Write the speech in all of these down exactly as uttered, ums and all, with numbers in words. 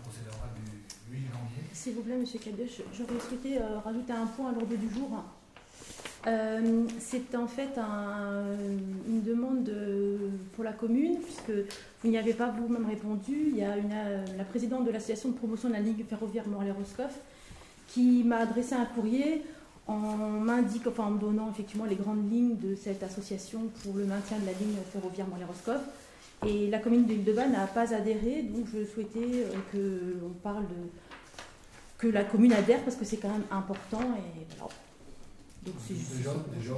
procès-verbal du huit janvier. S'il vous plaît, Monsieur Cabioche, j'aurais souhaité euh, rajouter un point à l'ordre du jour. Euh, c'est en fait un, une demande de, pour la commune, puisque vous n'y avez pas vous-même répondu. Il y a une, euh, la présidente de l'association de promotion de la Ligue ferroviaire Morlaix-Roscoff qui m'a adressé un courrier en m'indiquant, enfin en me donnant effectivement les grandes lignes de cette association pour le maintien de la ligne ferroviaire Morlaix-Roscoff. Et la commune de Île-de-Bagne n'a pas adhéré, donc je souhaitais euh, que on parle de, que la commune adhère parce que c'est quand même important et voilà. Donc c'est juste déjà, déjà,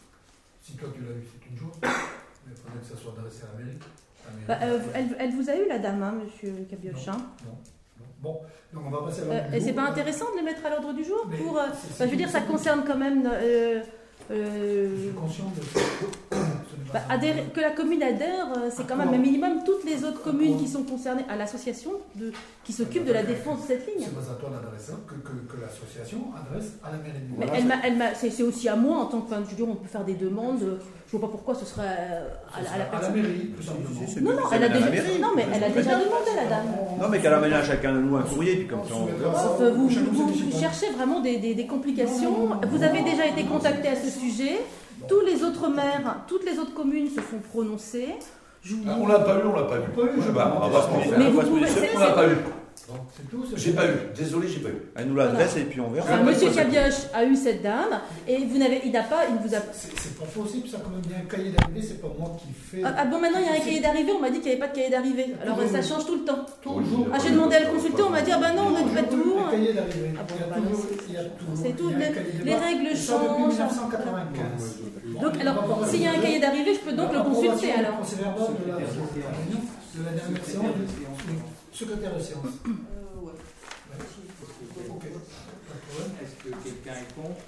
si toi tu l'as eu, c'est une chose, mais il faudrait que ça soit adressé à la mairie. À la mairie. Bah, euh, elle, elle vous a eu la dame, hein, Monsieur Cabioche. Non, hein. non, non. Bon, donc on va passer à l'ordre Euh, du et jour. c'est pas intéressant de les mettre à l'ordre du jour Mais pour, euh, c'est- c'est bah, je veux dire, ça une- concerne quand même. Euh, euh, Je suis conscient de ça. Ce n'est bah, pas adhérer- que la commune adhère, euh, c'est quand même un minimum toutes les autres communes qui sont concernées à l'association de, qui s'occupe de la défense de cette ligne. C'est pas à toi d'adresser que, que, que l'association adresse à la mairie du Mais Voilà, elle m'a, elle m'a, c'est, c'est aussi à moi en tant que, enfin, je veux dire, on peut faire des demandes. euh, Je vois pas pourquoi ce serait euh, à, la- à la à la personne. mairie, tout simplement. C'est Non, mieux non, que ça elle a vienne à la déjà, mairie. non, mais elle a déjà demandé la dame. Non, mais qu'elle amène à chacun de nous un courrier, puis comme ça on verra. Enfin, vous, vous, vous cherchez vraiment des, des, des complications. Vous avez déjà été contacté à ce sujet. Tous les autres maires, toutes les autres communes se sont prononcées. Je vous... Ah, on l'a pas eu, on l'a pas eu. Pas eu, Je sais pas, on va pas se mentir. Mais on vous va se pouvez- positionner. c'est- On l'a pas eu. C'est tout. c'est J'ai tout. pas eu. Désolé, j'ai pas eu. Elle nous l'adresse et puis on verra. Enfin, Monsieur Cabioche a eu cette dame et vous n'avez, il n'a pas, il ne vous a. C'est c'est pas possible, ça, quand même. Il y a un cahier d'arrivée, c'est pas moi qui fais. Ah, ah bon, maintenant il y a un cahier d'arrivée. On m'a dit qu'il n'y avait pas de cahier d'arrivée. Alors ça change tout le temps. Toujours. Ah, j'ai demandé à le consulter. On m'a dit ah ben non, on ne fait pas tout. Un cahier d'arrivée. Ah bon, Il y a bah toujours- non, c'est- il y a toujours- c'est tout. il y a un Les- cahier de les base. règles Et ça, depuis changent. mille neuf cent quatre-vingt-quinze. Donc alors, s'il y a un cahier d'arrivée, je peux donc le consulter alors. C'est verbal de la réunion de la dernière séance du secrétaire de séance. Euh, ouais. Ok. Pas de problème. Est-ce que quelqu'un est contre?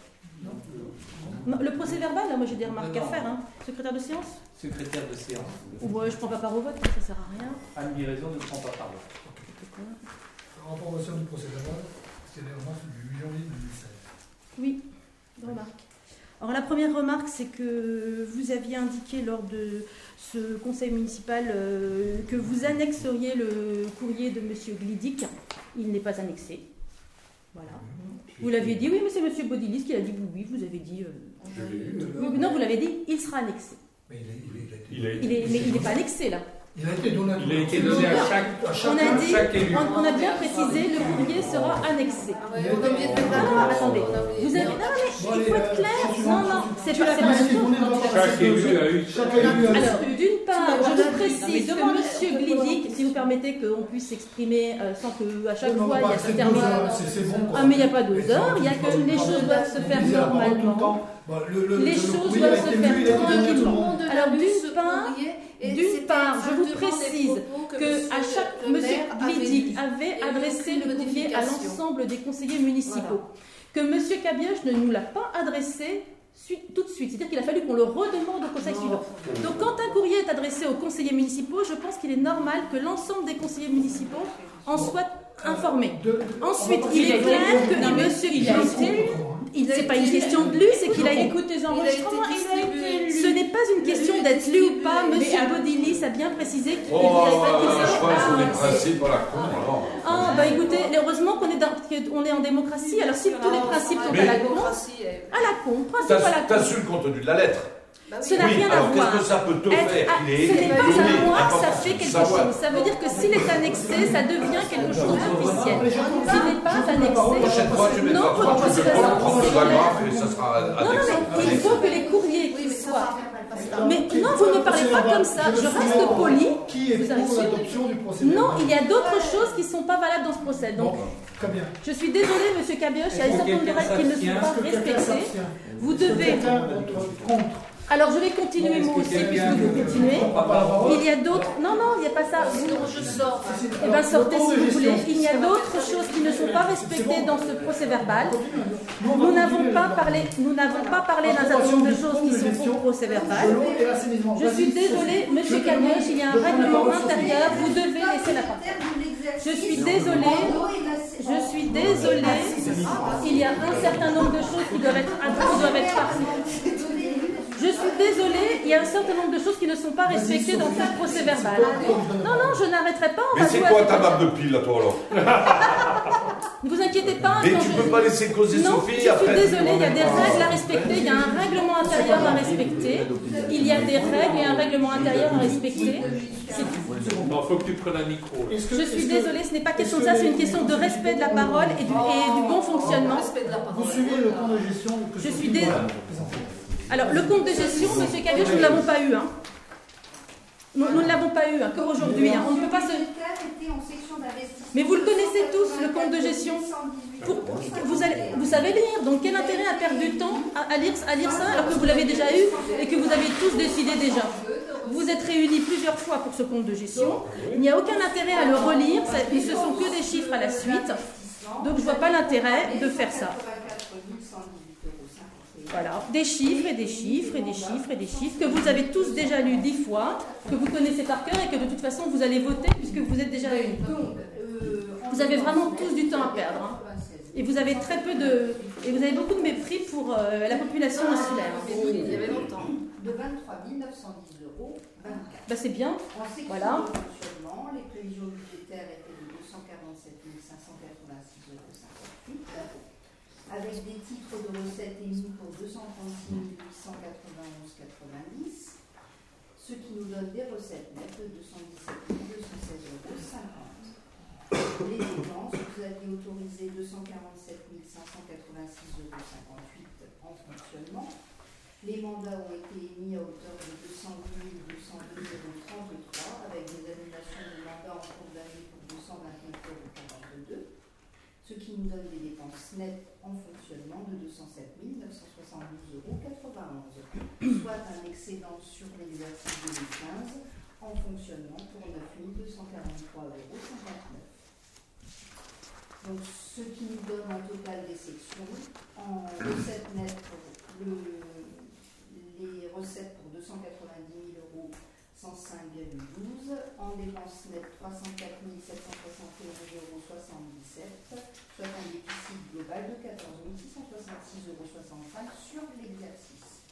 Non, le procès verbal, là, moi j'ai des remarques Non, à non. faire. Hein. Secrétaire de séance. Secrétaire de séance. Ouais, je prends pas part au vote, ça sert à rien. Anne Guérison ne prend pas parole. Information du procès verbal, c'est les remarques du huit janvier deux mille seize. Oui, remarque. Alors la première remarque, c'est que vous aviez indiqué lors de ce conseil municipal euh, que vous annexeriez le courrier de Monsieur Glidic. Il n'est pas annexé. Voilà. Vous l'aviez dit, oui, mais c'est Monsieur Bodilis qui a dit oui, oui, vous avez dit. euh, Je l'ai eu. oui, mais non, vous l'avez dit, il sera annexé. Mais il, est, il, est, Il a été- Il est, mais il n'est pas annexé là. il a été donné à tout Il a le été monde. donné à Non, chaque. À On chacun. a dit, chaque élu. on, on a bien précisé, le courrier sera annexé. Ah ouais, on a oublié de mettre Non, non, d'accord. attendez. On a oublié- Vous avez, non, on a- mais Bon, il allez, faut euh, être clair. tu Non, vas- non, c'est Tu pas l'as c'est pas pas dit, on est dans la Chaque élu a eu. Chaque élu a eu. Alors, d'une part, Tu je l'as vous dit. précise Non, que mais Monsieur c'est pas- Glidic, si vous permettez qu'on puisse s'exprimer euh, sans que à chaque Non, fois non, il y a c'est ce terme. deux heures, c'est- c'est bon, quoi. Ah, mais il n'y a pas deux Mais heures, il y a tu que parles les pas. choses doivent se On faire disait la parole tout le normalement. temps. Bon, le- le- Les le choses courrier doivent a se été faire vu, il a été donné à tout le tranquillement. monde. Alors, d'une part, d'une part, je vous précise que à chaque Monsieur Glidic avait adressé le courrier à l'ensemble des conseillers municipaux, que Monsieur Cabioche ne nous l'a pas adressé suite- tout de suite, c'est-à-dire qu'il a fallu qu'on le redemande au conseil suivant. Donc quand un courrier est adressé aux conseillers municipaux, je pense qu'il est normal que l'ensemble des conseillers municipaux en soient informés. De- Ensuite, on va il est passer- clair que Non, mais Monsieur il a Glidic, été- il c'est pas une question de lu, c'est qu'il a écouté écouté les enregistrements, il a été lu. Ce n'est pas une question d'être lu ou pas. Monsieur Bodilis a bien précisé qu'il Oh, n'avait pas euh, de je crois que c'est des Ah, principes à la con, alors. ah, bah écoutez, heureusement qu'on est, dans- qu'on est en démocratie. Alors si tous les principes sont à la con, à la con, principe à la T'as con. su le contenu de la lettre. Ce n'a Oui, rien à alors voir. qu'est-ce que ça peut te Être- faire ah, Il est ce n'est pas donné, à moi, important ça de fait quelque savoir. chose. Ça veut dire que s'il est annexé, ça devient quelque chose d'officiel. S'il n'est pas La prochaine fois, tu annexé, mets non, pas faut tu pas fais pas le paragraphe et ça sera Non, non, annexé. mais il faut que les courriers qui soient. Mais non, vous ne me parlez pas comme ça. Je reste poli. Qui est Vous avez pour su l'adoption du procès Non, verbal il y a d'autres choses qui ne sont pas valables dans ce procès. Donc, Bon, très bien. je suis désolée, Monsieur Cabioche, il y a un certain nombre de règles qui ne sont pas Est-ce que quelqu'un respectées. s'abstient Vous Est-ce que devez. quelqu'un vote contre Alors, je vais continuer moi aussi, puisque vous continuez. Il y a d'autres. Non, non, il n'y a pas ça. Vous- Sinon, je sors. Eh bien, sortez si vous voulez. Il y a d'autres choses qui ne sont pas respectées dans ce procès verbal. Nous n'avons pas parlé, nous n'avons pas parlé d'un certain nombre de choses qui sont au procès verbal. Je suis désolée, Monsieur Cabioche, il y a un règlement intérieur. Vous devez laisser la parole. Je suis désolée. Je suis désolée. Il y a un certain nombre de choses qui doivent être, qui doivent être parlées. Je suis désolée, il y a un certain nombre de choses qui ne sont pas respectées dans ce procès verbal. Non, non, je n'arrêterai pas. On Mais va c'est jouer à quoi ce ta jeu. barbe de pile, là, toi, alors? Ne vous inquiétez pas. Mais quand tu je- peux pas laisser causer Non, Sophie, je suis après, tu désolée, il y a remets des pas. règles à respecter, il y a un règlement intérieur à respecter. Il y a des règles et un règlement intérieur à respecter. C'est tout. Non, faut que tu prennes un micro. là. Est-ce que- Je est-ce suis que- désolée, ce n'est pas question de ça, c'est une question de respect de la parole et du, et du bon fonctionnement. Respect de la parole. Vous suivez le plan de gestion que Je Sophie suis dés- va présenter. Alors, le compte de gestion, M. Cabioche, nous ne l'avons pas eu. Hein. Nous, nous ne l'avons pas eu, hein, qu'aujourd'hui. Hein. On ne peut pas se... Mais vous le connaissez tous, le compte de gestion. Pour- vous, allez, vous savez lire, donc quel intérêt à perdre du temps à, à, lire, à lire ça alors que vous l'avez déjà eu et que vous avez tous décidé déjà. Vous êtes réunis plusieurs fois pour ce compte de gestion. Il n'y a aucun intérêt à le relire, ça, ce sont que des chiffres à la suite. Donc je ne vois pas l'intérêt de faire ça. Voilà, des chiffres et des chiffres et des chiffres et des chiffres que vous avez tous déjà lus dix fois, que vous connaissez par cœur et que de toute façon vous allez voter puisque vous êtes déjà réunis. Vous avez vraiment tous du temps à perdre. Hein. Et vous avez très peu de... Et vous avez beaucoup de mépris pour euh, la population insulaire. Il y avait longtemps. De vingt-trois mille neuf cent dix euros vingt-quatre. Bah, c'est bien. En section Voilà. de fonctionnement, les prévisions budgétaires étaient de deux cent quarante-sept mille cinq cent quatre-vingt-six euros cinquante-huit, avec des titres de recettes émis pour deux cent trente-six mille huit cent quatre-vingt-onze virgule quatre-vingt-dix, ce qui nous donne des recettes nettes de deux cent dix-sept mille deux cent seize euros cinquante. Les dépenses, vous aviez autorisé deux cent quarante-sept mille cinq cent quatre-vingt-six euros cinquante-huit en fonctionnement. Les mandats ont été émis à hauteur de deux cent huit mille deux cent deux euros trente-trois, avec des annulations de mandats en cours d'année pour deux cent vingt-neuf euros quarante-deux, ce qui nous donne des dépenses nettes en fonctionnement de deux cent sept mille neuf cent soixante-douze euros quatre-vingt-onze, soit un excédent sur l'exercice deux mille quinze en fonctionnement pour neuf mille deux cent quarante-trois euros cinquante-neuf. Donc, ce qui nous donne un total des sections en recettes nettes pour le, les recettes pour deux cent quatre-vingt-dix mille euros cent cinq virgule douze, en dépenses nettes trois cent quatre mille sept cent soixante et onze euros soixante-dix-sept, soit un déficit global de quatorze mille six cent soixante-six euros soixante-cinq sur l'exercice.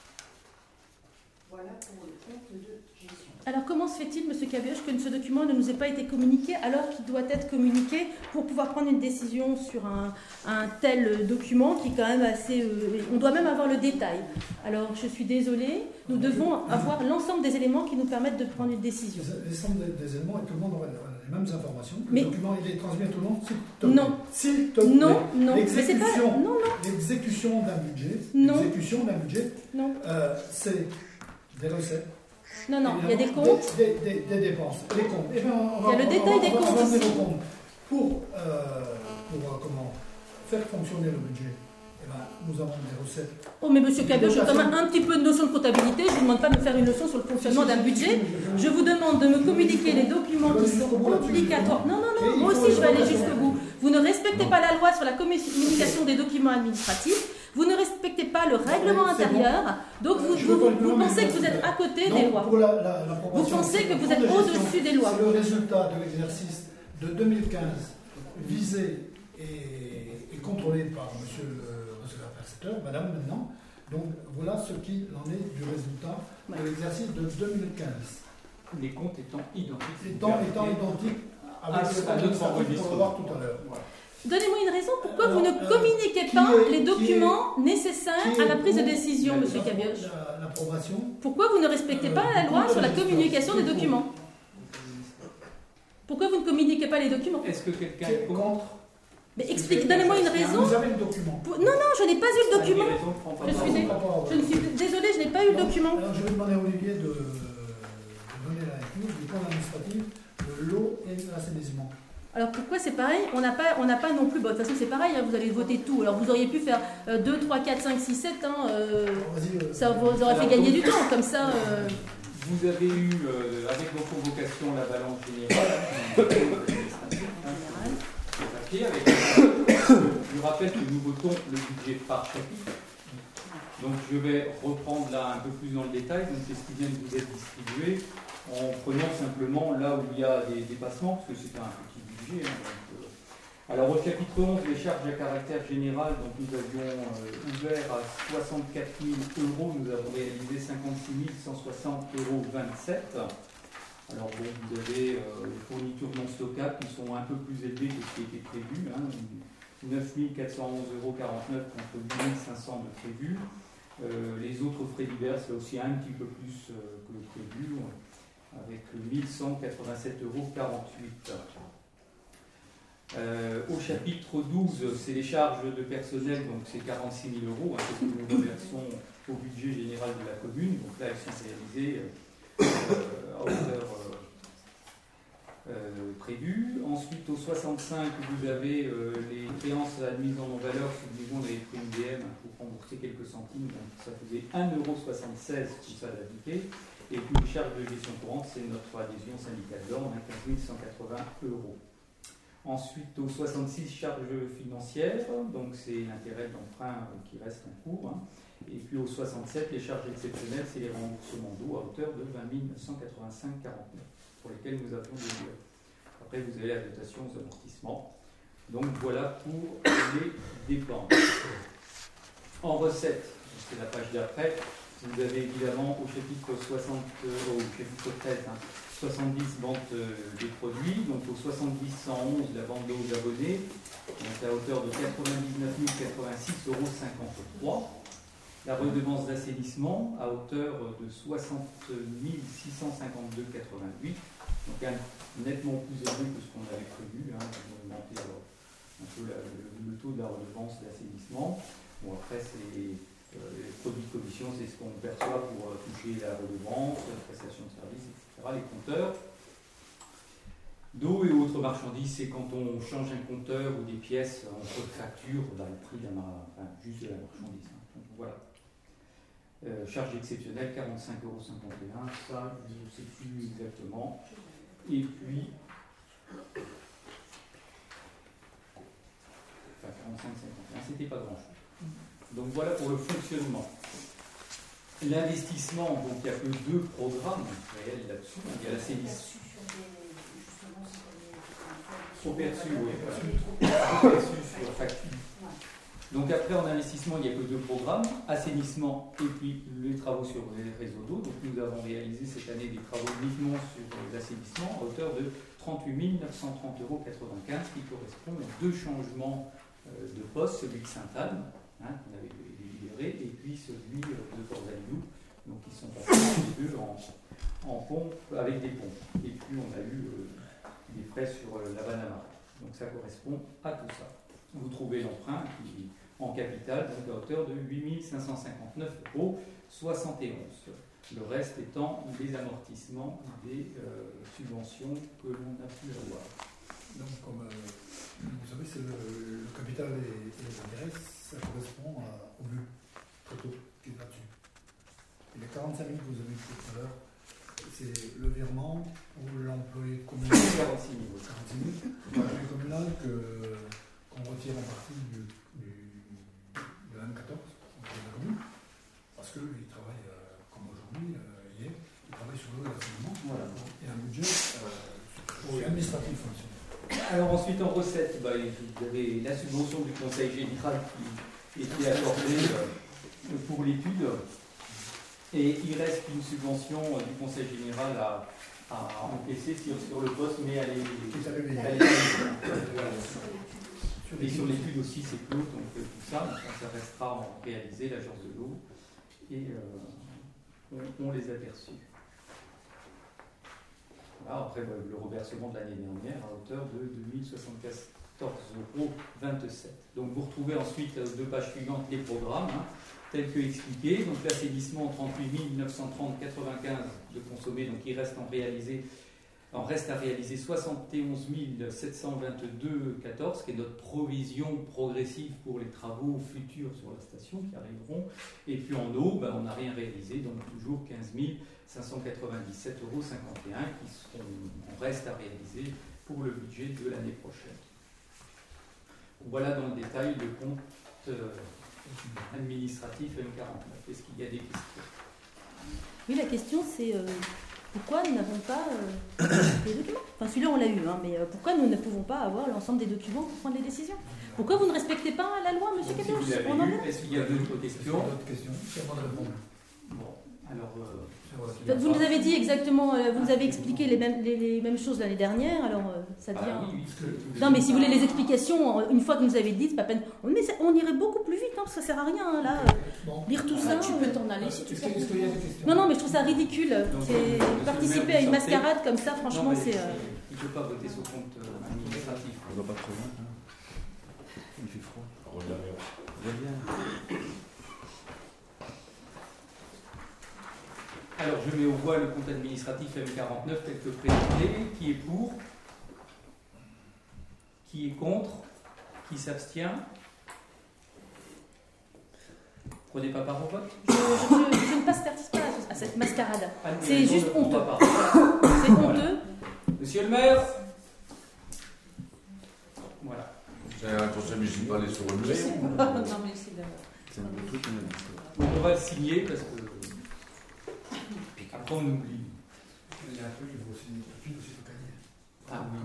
Voilà pour le compte de gestion. Alors comment se fait-il, M. Cabioche, que ce document ne nous ait pas été communiqué alors qu'il doit être communiqué pour pouvoir prendre une décision sur un, un tel document qui est quand même assez... Euh, on doit même avoir le détail. Alors je suis désolée, nous devons avoir l'ensemble des éléments qui nous permettent de prendre une décision. L'ensemble des, des éléments et tout le monde aura les mêmes informations. Mais- Le document, il est transmis à tout le monde, s'il te plaît. Non. S'il te plaît. Non, non, mais c'est pas... L'exécution, Non, non, l'exécution d'un budget, Non. l'exécution d'un budget, non, euh, c'est des recettes. non, non, il y a des évidemment, comptes. Des, des- des dépenses. Les comptes. Eh bien, on va- Il y a le on va- détail on va- des on va comptes revenir ici. aux comptes. Pour, euh, pour euh, comment, faire fonctionner le budget, eh ben, nous avons des recettes. Oh mais monsieur Cabioche, j'ai quand même un petit peu de notion de comptabilité, je ne vous demande pas de me faire une leçon sur le fonctionnement d'un budget. Je vous demande de me communiquer les documents qui sont obligatoires. Non, non, non, moi aussi je vais aller jusqu'au bout. Vous ne respectez pas la loi sur la communication des documents administratifs, vous ne respectez pas le règlement c'est bon. intérieur, donc vous, Je veux vous, pas le vous nom, pensez mais que vous êtes à côté Non, des lois. Pour la, la, l'approbation, Vous pensez que le vous plan êtes de gestion, au-dessus des lois. C'est le résultat de l'exercice de deux mille quinze visé et, et contrôlé par monsieur le receveur percepteur, madame maintenant. Donc voilà ce qu'il en est du résultat Ouais. de l'exercice de deux mille quinze. Les comptes étant identiques. Étant, étant identique avec Ah, le c'est plan à notre administratif, enregistrement. on va voir tout à l'heure. Voilà. Donnez-moi une raison pourquoi Alors, vous ne euh, communiquez qui pas est- les qui documents nécessaires Qui à est la prise de pour décision, la- monsieur Cabioche. la- L'approbation. Pourquoi vous ne respectez Euh, pas la loi pour sur la la gestion. communication des Qui est pour documents? Pourquoi vous ne communiquez pas les documents? Est-ce que quelqu'un Qui est est contre? contre. Mais expliquez, donnez-moi une raison. Vous avez le document. Pour- Non, non, je n'ai pas eu le document. Ah, raison, prends pas Je part. suis dé- Je ne suis désolée, je n'ai pas eu le Non. document. Alors je vais demander à Olivier de, de donner la lecture du plan administratif de l'eau et de l'assainissement. Alors pourquoi c'est pareil? On n'a pas, on n'a pas non plus. Bon, de toute façon, c'est pareil, hein, vous allez voter tout. Alors vous auriez pu faire euh, deux, trois, quatre, cinq, six, sept. Hein, euh, Alors, vas-y, euh, ça vous aurait fait Alors, gagner donc- du temps, comme ça. euh, Vous avez eu, euh, avec vos convocations, la balance générale, général. le papier, avec je rappelle que nous votons le budget par chapitre. Donc je vais reprendre là un peu plus dans le détail, donc c'est ce qui vient de vous être distribué, en prenant simplement là où il y a des dépassements, parce que c'est un petit budget. Hein, donc, euh, Alors au chapitre onze, les charges à caractère général, donc nous avions euh, ouvert à soixante-quatre mille euros, nous avons réalisé cinquante-six mille cent soixante euros vingt-sept. Alors bon, vous avez euh, les fournitures non stockables qui sont un peu plus élevées que ce qui était prévu, hein, neuf mille quatre cent onze euros quarante-neuf contre huit mille cinq cents de prévu. Euh, les autres frais divers, c'est aussi un petit peu plus euh, que le prévu, avec mille cent quatre-vingt-sept euros quarante-huit. Euh, au chapitre douze, c'est les charges de personnel, donc c'est quarante-six mille euros, hein, c'est ce que nous reversons au budget général de la commune. Donc là, elles sont réalisées euh, à hauteur euh, euh, prévue. Ensuite, au soixante-cinq, vous avez euh, les créances admises en non-valeur, subdivision des primes D M pour rembourser quelques centimes, donc ça faisait un euro soixante-seize, tout ça d'appliquer. Et puis les charges de gestion courante, c'est notre adhésion syndicale d'ordre, hein, quinze mille cent quatre-vingts euros. Ensuite, au soixante-six, charges financières, donc c'est l'intérêt de l'emprunt qui reste en cours. Hein. Et puis au soixante-sept, les charges exceptionnelles, c'est les remboursements d'eau à hauteur de vingt mille neuf cent quatre-vingt-cinq virgule quarante-neuf, pour lesquels nous avions des lieux. Après, vous avez la dotation aux amortissements. Donc voilà pour les dépenses. En recettes, c'est la page d'après, vous avez évidemment au chapitre soixante, euh, au chapitre treize, hein, soixante-dix ventes euh, des produits, donc au soixante-dix cent onze la vente d'eau aux abonnés, donc à hauteur de quatre-vingt-dix-neuf mille quatre-vingt-six euros cinquante-trois. La redevance d'assainissement à hauteur de soixante mille six cent cinquante-deux virgule quatre-vingt-huit, donc un, nettement plus élevé que ce qu'on avait prévu, hein, on a augmenté alors, un peu la, le, le taux de la redevance d'assainissement. Bon, après, c'est euh, les produits de commission, c'est ce qu'on perçoit pour euh, toucher la redevance, la prestation de services, et cetera. Les compteurs d'eau et autres marchandises, c'est quand on change un compteur ou des pièces entre facture, bah, le prix de la, enfin, juste de la marchandise. Hein. Donc, voilà. Euh, charge exceptionnelle, quarante-cinq euros cinquante et un, ça, je ne sais plus exactement. Et puis, enfin, quarante-cinq cinquante et un, c'était pas grand-chose. Donc voilà pour le fonctionnement. L'investissement, donc il n'y a que deux programmes réels là-dessus. Il y a l'assainissement. Trop perçu, oui. Trop perçu sur la facture. Donc après, en investissement, il n'y a que deux programmes, assainissement et puis les travaux sur les réseaux d'eau. Donc nous avons réalisé cette année des travaux uniquement sur l'assainissement à hauteur de trente-huit mille neuf cent trente euros quatre-vingt-quinze, qui correspond aux deux changements de poste, celui de Sainte-Anne, hein, qu'on avait libéré, et puis celui de Corvalou, donc ils sont passés les deux en, en pompe, avec des pompes. Et puis on a eu euh, des frais sur euh, la Banama. Donc ça correspond à tout ça. Vous trouvez l'emprunt qui en capital, donc à hauteur de huit mille cinq cent cinquante-neuf euros soixante et onze. Le reste étant les amortissements des euh, subventions que l'on a pu avoir. Donc, comme euh, vous savez, c'est le, le capital et, et les intérêts, ça correspond à, au but très tôt qui est là-dessus. Et les quarante-cinq mille que vous avez dit tout à l'heure, c'est le virement ou l'employé communal. quarante-six mille. quarante-six mille. L'employé communal que, qu'on retire en partie du, du, de l'A M quatorze, de la commune, parce qu'il travaille euh, comme aujourd'hui, euh, hier, il travaille sur l'eau et l'assainissement. Voilà. Il y a un budget euh, administratif fonctionnel. Alors ensuite en recette, bah, vous avez la subvention du Conseil général qui était accordée euh, pour l'étude. Et il reste une subvention euh, du Conseil général à, à encaisser sur, sur le poste, mais elle est... Elle est et sur l'étude aussi, c'est clos, donc euh, tout ça, donc, ça restera en réaliser, l'agence de l'eau, et euh, on, on les a perçus. Voilà, après bah, le reversement de l'année dernière à hauteur de deux mille soixante-quatorze euros vingt-sept. Donc vous retrouvez ensuite, euh, deux pages suivantes, les programmes, hein, tels que expliqués. Donc l'assainissement, trente-huit mille neuf cent trente virgule quatre-vingt-quinze de consommés, donc il reste en réaliser. En reste à réaliser soixante et onze mille sept cent vingt-deux virgule quatorze, qui est notre provision progressive pour les travaux futurs sur la station qui arriveront. Et puis en eau, ben, on n'a rien réalisé, donc toujours quinze mille cinq cent quatre-vingt-dix-sept euros cinquante et un qui seront, on reste à réaliser pour le budget de l'année prochaine. Voilà dans le détail le compte euh, administratif M quarante-neuf. Est-ce qu'il y a des questions? Oui, la question c'est... Euh... pourquoi nous n'avons pas euh, les documents? Enfin, celui-là, on l'a eu, hein, mais euh, pourquoi nous ne pouvons pas avoir l'ensemble des documents pour prendre des décisions? Pourquoi vous ne respectez pas la loi, monsieur Donc, si Cadoche? vous l'avez On en lu, est là. est-ce qu'il y a d'autres questions? D'autres questions? C'est à moi de répondre. Bon, alors. euh, Vous nous avez dit exactement, euh, vous nous avez expliqué les mêmes, les, les mêmes choses l'année dernière, alors euh, ça devient... Ah oui, oui. Non, mais si vous voulez les explications, une fois que nous avez dit, c'est pas peine. Mais ça- on irait beaucoup plus vite, hein, parce que ça sert à rien, hein, là. euh, Bon. Lire tout ça. Ah, tu peux euh, t'en aller si tu Est-ce veux. que- est-ce qu'il y a des questions? Non, non, mais je trouve ça ridicule. Donc, C'est- euh, monsieur participer le maire, à une vous sortez. mascarade comme ça, franchement, Non, mais c'est. euh, il ne peut pas voter son compte euh, administratif. On va pas trop loin. hein. Il fait froid. Reviens. Alors, je mets au voie le compte administratif M quarante-neuf tel que présenté. Qui est pour? Qui est contre? Qui s'abstient? Prenez pas part au vote. Je, je- je ne participe pas à ce- à cette mascarade. Anne C'est Guéraison juste ne prend honteux. pas part. C'est honteux. Monsieur le maire. Voilà. C'est un conseil municipal et sur le Je musée. sais pas. Non, mais c'est de... C'est un peu truc qu'on a dit. Donc, on va le signer parce que. Après, on oublie. Il y a un truc, il faut aussi une copie aussi de cahier. Ah oui.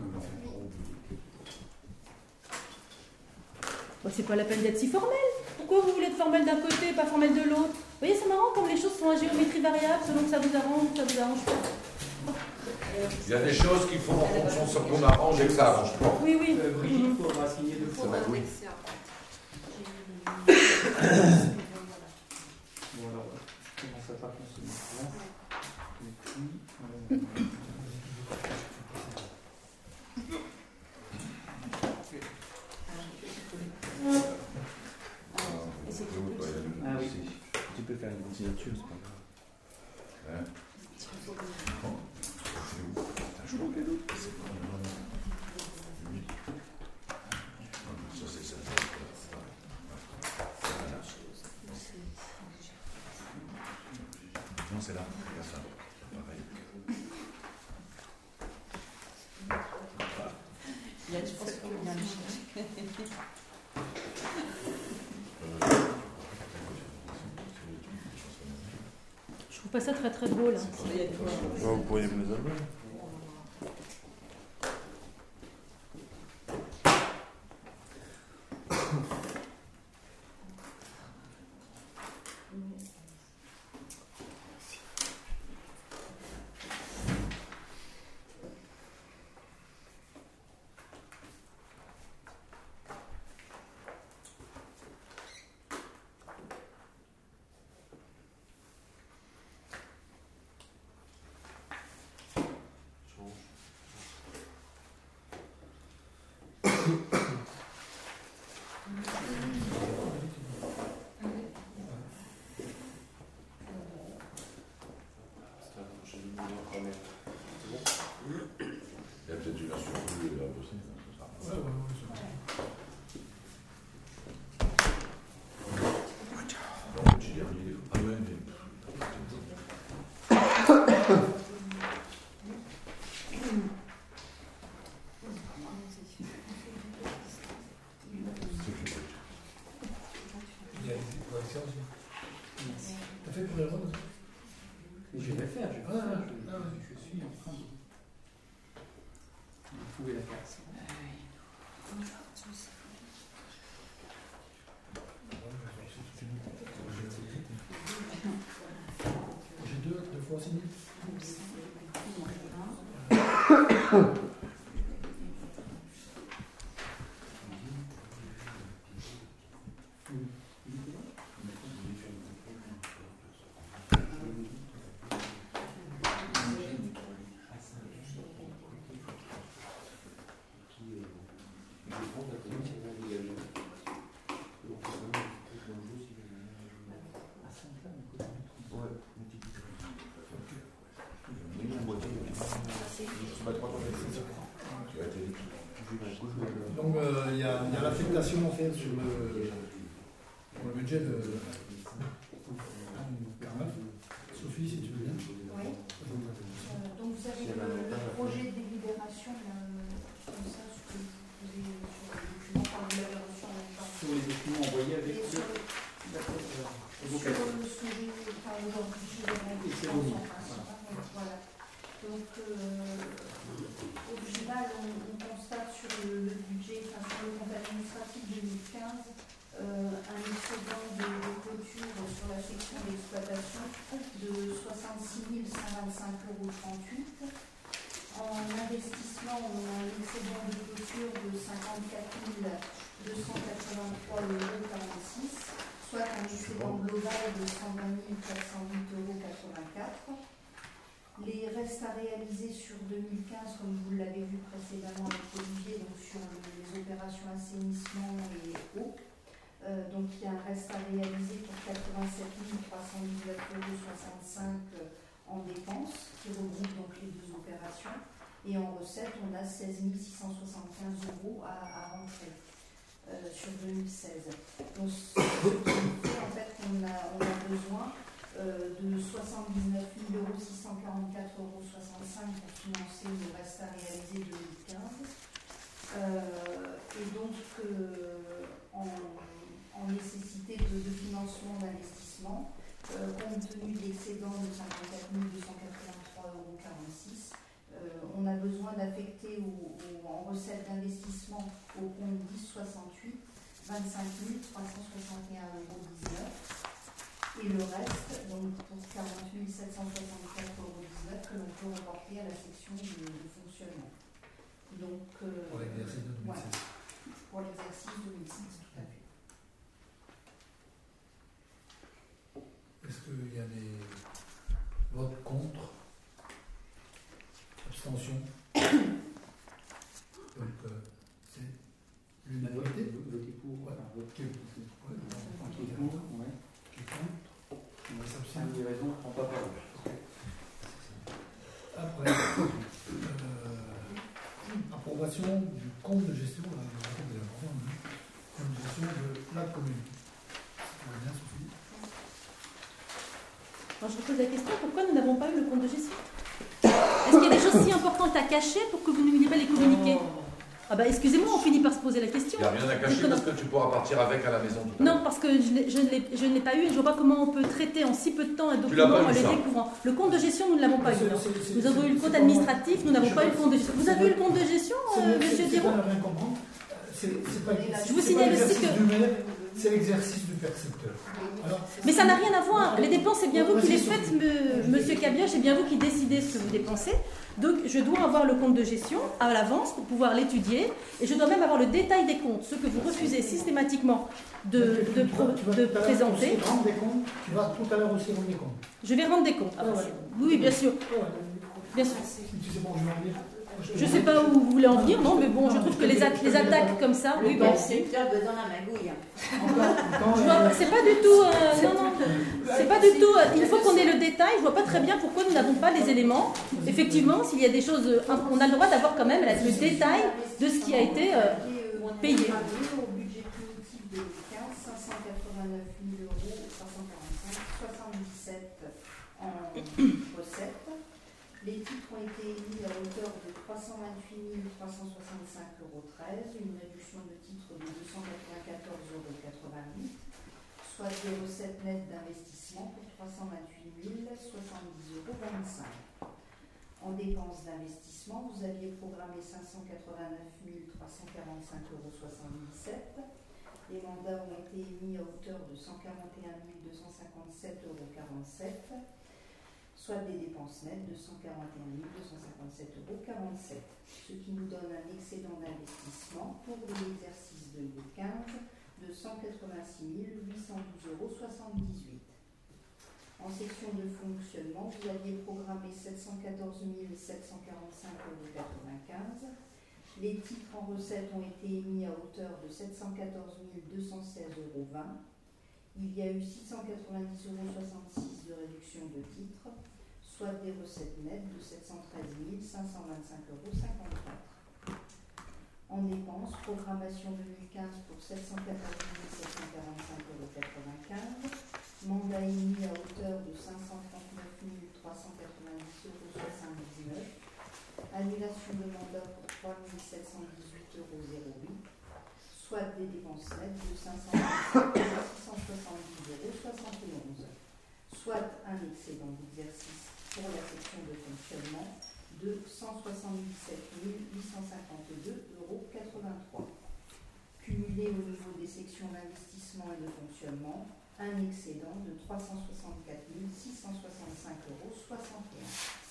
Bon, c'est pas la peine d'être si formel. Pourquoi vous voulez être formel d'un côté et pas formel de l'autre? Vous voyez, c'est marrant comme les choses sont à géométrie variable selon que ça vous arrange ou ça vous arrange pas. Il y a des choses qu'il faut en fonction de ce qu'on arrange et que ça arrange pas. Oui, oui. Euh, Brigitte, il faudra signer deux fois. Faudra oui. vexer après. Bon, alors, je commence à pas consommer de place. Et puis, euh, Et c'est tout petit. Ah oui. Tu peux faire une signature, c'est pas grave. Hein? Ça, c'est ça. Non, c'est là. La fin. Pareil. Il y a, je pense qu'il y a un chercher. Je trouve pas ça très très drôle. hein. Il y a de quoi. Vous pourriez me les avoir. Il y a peut-être une version plus euh, possible. Ça sera- Ouais, ouais, ouais, c'est bon. Non, j'ai dit, ah ouais, mais- Il y a des corrections aussi. T'as fait pour les roses? je vais le faire, je vais le Ah, faire. ah, Je, ah, ouais. je suis en train de, de trouver la carte. J'ai deux, deux fois signé. Tu as été- Donc euh, il y a, il y a l'affectation en fait sur le, pour le budget de Carnaf. Sophie, si tu veux bien. Oui. Euh, donc vous avez le, le projet de délibération là, comme ça, ce que vous avez sur le document, quand vous l'avez reçu en même temps. Sur les documents envoyés avec Et le. sur, D'accord. sur ce que j'ai, enfin aujourd'hui, je vais Et c'est remettre bon. en principe, hein, voilà. Donc, euh, au final, on, on constate sur le, le budget, enfin sur le compte administratif deux mille quinze, euh, un excédent de, de clôture sur la section d'exploitation de soixante-six mille cent vingt-cinq euros trente-huit. En investissement, on a un excédent de clôture de cinquante-quatre mille deux cent quatre-vingt-trois euros quarante-six, soit un excédent global de cent vingt mille quatre cent huit euros quatre-vingt-quatre. Les restes à réaliser sur deux mille quinze, comme vous l'avez vu précédemment avec Olivier, donc sur les opérations assainissement et eau. Euh, donc il y a un reste à réaliser pour quatre-vingt-sept mille trois cent dix-neuf euros soixante-cinq en dépenses, qui regroupe donc les deux opérations. Et en recettes, on a seize mille six cent soixante-quinze euros à, à rentrer euh, sur deux mille seize. Donc ce qui fait en fait qu'on a, on a besoin Euh, de soixante-dix-neuf mille six cent quarante-quatre euros soixante-cinq pour financer le reste à réaliser deux mille quinze. Euh, et donc, euh, en, en nécessité de, de financement d'investissement, euh, compte tenu de l'excédent de cinquante-quatre mille deux cent quatre-vingt-trois euros quarante-six, euh, on a besoin d'affecter au, au, en recettes d'investissement au compte dix soixante-huit vingt-cinq mille trois cent soixante et un euros dix-neuf. Et le reste, donc pour quarante mille sept cent soixante-quatre euros dix-neuf, que l'on peut reporter à la section de, de fonctionnement. Donc, euh, Pour l'exercice de deux mille seize. Ouais, pour l'exercice deux mille seize, tout à fait. Est-ce qu'il y a des votes contre? Abstention? Donc, euh, c'est l'unanimité. Voter pour. Ouais. Enfin, voter. Ouais, donc, Qui est pour, ouais. Qui est contre? On va s'abstenir. Des raisons, on ne prend pas parole. Après, euh, approbation du compte de gestion, là, je raconte des informations, hein, compte de gestion de la commune. Ça va bien, Sophie? Alors je vous pose la question, pourquoi nous n'avons pas eu le compte de gestion? Est-ce qu'il y a des choses si importantes à cacher pour que vous ne veniez pas les communiquer? Ah bah excusez-moi, on finit par se poser la question. Il n'y a rien à cacher parce que tu pourras partir avec à la maison tout à l'heure. Non, parce que je, je ne l'ai- je ne l'ai pas eu et je ne vois pas comment on peut traiter en si peu de temps un Tu l'as document pas en eu, le ça. découvrant. Le compte de gestion, nous ne l'avons pas eu. C'est- non. c'est- c'est- Nous avons c'est- eu le c'est compte pas administratif, nous n'avons Je pas eu sais le compte de gestion. Vous avez eu le compte de gestion, C'est- euh, c'est- monsieur c'est Diron? pas rien comprendre. C'est c'est pas, Je vous c'est signale pas aussi l'exercice que- du maire, c'est l'exercice du percepteur. Alors, Mais ça n'a rien à voir. Les dépenses, c'est bien vous qui les Vas-y, faites, Sophie. me- monsieur Cabioche, c'est bien vous qui décidez ce que vous dépensez. Donc, je dois avoir le compte de gestion à l'avance pour pouvoir l'étudier. Et je dois même avoir le détail des comptes, ce que vous refusez systématiquement de, tu- de, tu vas- pro- tu vas de tout à l'heure présenter. aussi rendre des comptes, tu vas tout à l'heure aussi rendre des comptes. Je vais rendre des comptes. Ah, Ouais, bah, ouais. oui, oui, bien sûr. Ouais, ouais. Bien sûr. Si tu sais pas où je vais en venir. Je ne sais pas où vous voulez en venir, non, mais bon, je trouve que les, a- les attaques comme ça, oui, Le bah, percepteur doit dans la magouille. Quand, je euh, vois- c'est pas du tout, euh, non, non, c'est pas du tout, euh, il faut qu'on ait le détail, je vois pas très bien pourquoi nous n'avons pas les éléments. Effectivement, s'il y a des choses, euh, on a le droit d'avoir quand même là, le détail de ce qui a été euh, payé. Au budget primitif deux mille quinze, cinq cent quatre-vingt-neuf mille euros, trois cent quarante-cinq, soixante-dix-sept en recettes. Les titres ont été émis à hauteur de trois cent vingt-huit mille trois cent soixante-cinq euros treize, une réduction de titres de deux cent quatre-vingt-quatorze euros quatre-vingt-huit, soit des recettes nettes d'investissement pour trois cent vingt-huit mille soixante-dix euros vingt-cinq. En dépenses d'investissement, vous aviez programmé cinq cent quatre-vingt-neuf mille trois cent quarante-cinq euros soixante-dix-sept. Les mandats ont été émis à hauteur de cent quarante et un mille deux cent cinquante-sept euros quarante-sept, soit des dépenses nettes de cent quarante et un mille deux cent cinquante-sept euros quarante-sept, ce qui nous donne un excédent d'investissement pour l'exercice deux mille quinze de cent quatre-vingt-six mille huit cent douze euros soixante-dix-huit. En section de fonctionnement, vous aviez programmé sept cent quatorze mille sept cent quarante-cinq euros quatre-vingt-quinze. Les titres en recettes ont été émis à hauteur de sept cent quatorze mille deux cent seize euros vingt. Il y a eu six cent quatre-vingt-dix euros soixante-six de réduction de titres, soit des recettes nettes de sept cent treize mille cinq cent vingt-cinq euros cinquante-quatre. En dépenses, programmation deux mille quinze pour sept cent quatorze mille sept cent quarante-cinq euros quatre-vingt-quinze, mandat émis à hauteur de cinq cent trente-neuf mille trois cent quatre-vingt-dix euros soixante-dix-neuf, annulation de mandat pour trois mille sept cent dix-huit euros huit, soit des dépenses nettes de cinq cent vingt-cinq mille six cent soixante-dix euros soixante et onze, soit un excédent d'exercice pour la section de fonctionnement de cent soixante-dix-sept mille huit cent cinquante-deux euros quatre-vingt-trois. Cumulé au niveau des sections d'investissement et de fonctionnement, un excédent de trois cent soixante-quatre mille six cent soixante-cinq euros soixante et un.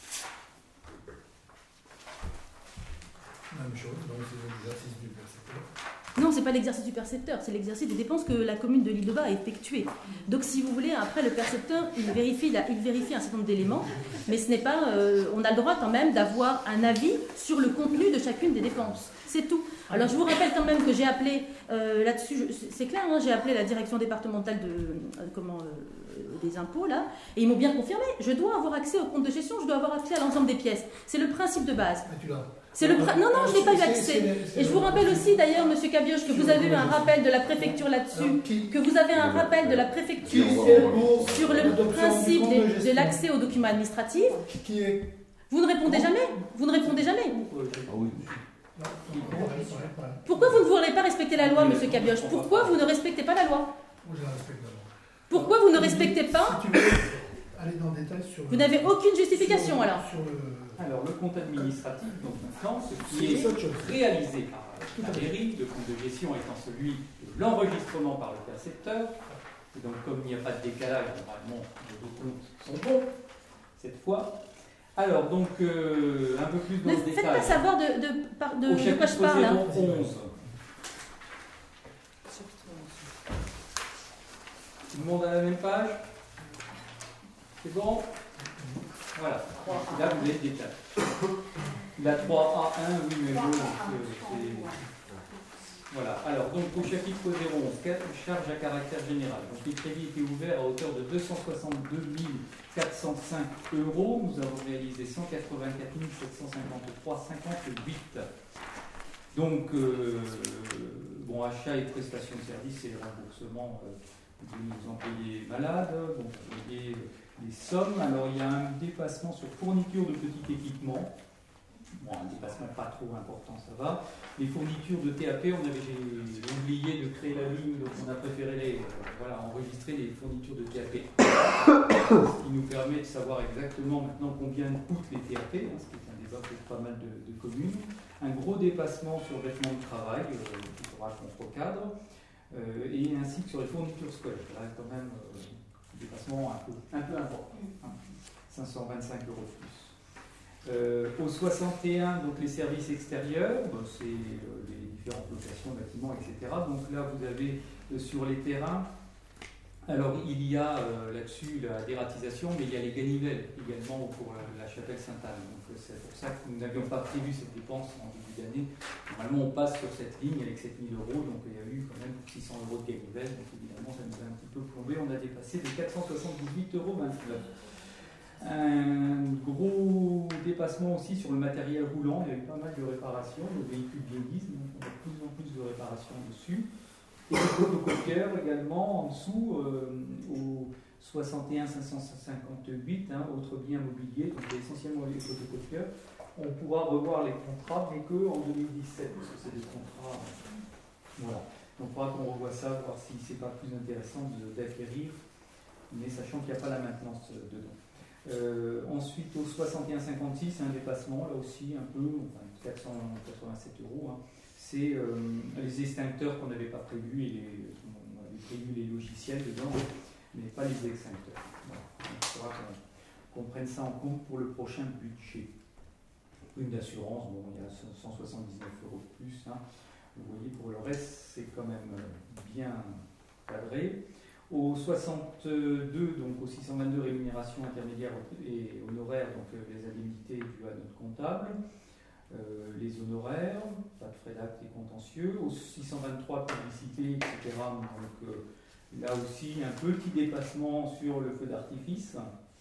Même chose, donc c'est l'exercice du percepteur. Non, c'est pas l'exercice du percepteur, c'est l'exercice des dépenses que la commune de l'Île de Bas a effectué. Donc, si vous voulez, après le percepteur, il vérifie, la, il vérifie un certain nombre d'éléments, mais ce n'est pas. Euh, on a le droit quand même d'avoir un avis sur le contenu de chacune des dépenses. C'est tout. Alors, je vous rappelle quand même que j'ai appelé euh, là-dessus. je- C'est clair, hein, j'ai appelé la direction départementale de euh, comment euh, des impôts là, et ils m'ont bien confirmé. Je dois avoir accès au compte de gestion, je dois avoir accès à l'ensemble des pièces. C'est le principe de base. Mais tu l'as. C'est le prin- non, non, je n'ai pas eu C'est- accès. c'est- c'est- Et je vous rappelle aussi, d'ailleurs, Monsieur Cabioche, que vous avez eu un rappel de la préfecture là-dessus, Alors, qui- que vous avez un rappel de la qui préfecture est sur, pour sur le l'adoption du principe compte de de, gestion de l'accès aux documents administratifs. Qui est. Vous ne répondez jamais. Vous ne répondez jamais. Ah oui. Non, non, non, non, non. Pourquoi vous ne voulez pas respecter la loi, Monsieur Cabioche? Pourquoi vous ne respectez pas la loi? Moi, je la respecte d'abord. Pourquoi vous ne respectez pas? Si tu veux aller dans le détail sur. Vous n'avez aucune justification sur- alors. Sur le. Alors, le compte administratif, donc maintenant, ce qui C'est est autre chose. réalisé par la mairie, le compte de gestion étant celui de l'enregistrement par le percepteur. Et donc, comme il n'y a pas de décalage, normalement, les deux comptes sont bons, cette fois. Alors, donc, euh, un peu plus dans Ne le faites détail. pas savoir de, de, par- de, Au de quoi je chapitre parle. hein. zéro onze. Tout le monde à la même page? C'est bon? Voilà. Là, vous avez le détail. La trois A un, oui, mais bon, euh, c'est... Voilà. Alors, donc, au chapitre zéro onze, charge à caractère général. Donc, les crédits étaient ouverts à hauteur de deux cent soixante-deux mille quatre cent cinq euros. Nous avons réalisé cent quatre-vingt-quatre mille sept cent cinquante-trois euros cinquante-huit. Donc, euh, bon, achat et prestations de services et les remboursements euh, des employés malades. Donc, vous voyez les sommes. Alors, il y a un dépassement sur fourniture de petits équipements. Bon, un dépassement pas trop important, ça va. Les fournitures de T A P, on avait oublié de créer la ligne, donc on a préféré les, euh, voilà, enregistrer les fournitures de T A P. Ce qui nous permet de savoir exactement maintenant combien coûtent les T A P, hein, ce qui est un débat pour pas mal de, de communes. Un gros dépassement sur vêtements de travail, euh, qu'il faudra qu'on recadre, euh, et ainsi que sur les fournitures scolaires. Là, quand même, euh, un dépassement un peu, un peu important, hein, cinq cent vingt-cinq euros de plus. Euh, au soixante et un, donc les services extérieurs, bon, c'est euh, les différentes locations, bâtiments, et cetera. Donc là, vous avez euh, sur les terrains, alors il y a euh, là-dessus la dératisation, mais il y a les ganivelles également pour la, la chapelle Sainte-Anne. Donc euh, c'est pour ça que nous n'avions pas prévu cette dépense en début d'année. Normalement, on passe sur cette ligne avec sept mille euros, donc il y a eu quand même six cents euros de ganivelles. Donc évidemment, ça nous a un petit peu plombé. On a dépassé de quatre cent soixante-dix-huit euros vingt-neuf. Un gros dépassement aussi sur le matériel roulant. Il y a eu pas mal de réparations. Le véhicule vieillissent, donc on a de plus en plus de réparations dessus. Et le photocopieur également en dessous, euh, au soixante et un cinq cent cinquante-huit, hein, autres biens mobiliers, donc essentiellement les photocopieurs. On pourra revoir les contrats, mais qu'en deux mille dix-sept, parce que c'est des contrats. Voilà. Donc il faudra qu'on revoie ça, voir si c'est pas plus intéressant de- d'acquérir, mais sachant qu'il n'y a pas la maintenance euh, dedans. Euh, ensuite, au soixante et un cinquante-six, un dépassement, là aussi un peu, enfin quatre cent quatre-vingt-sept euros. Hein. C'est euh, les extincteurs qu'on n'avait pas prévus, et les, on avait prévu les logiciels dedans, mais pas les extincteurs. Voilà. Donc, il faudra qu'on qu'on prenne ça en compte pour le prochain budget. Prime d'assurance, bon, il y a cent soixante-dix-neuf euros de plus. Hein. Vous voyez, pour le reste, c'est quand même bien cadré. Au soixante-deux, donc au six cent vingt-deux, rémunération intermédiaire et honoraires, donc euh, les indemnités dues à notre comptable, euh, les honoraires, pas de frais d'acte et contentieux. Au six cent vingt-trois, publicité, et cetera. Donc euh, là aussi, un petit dépassement sur le feu d'artifice.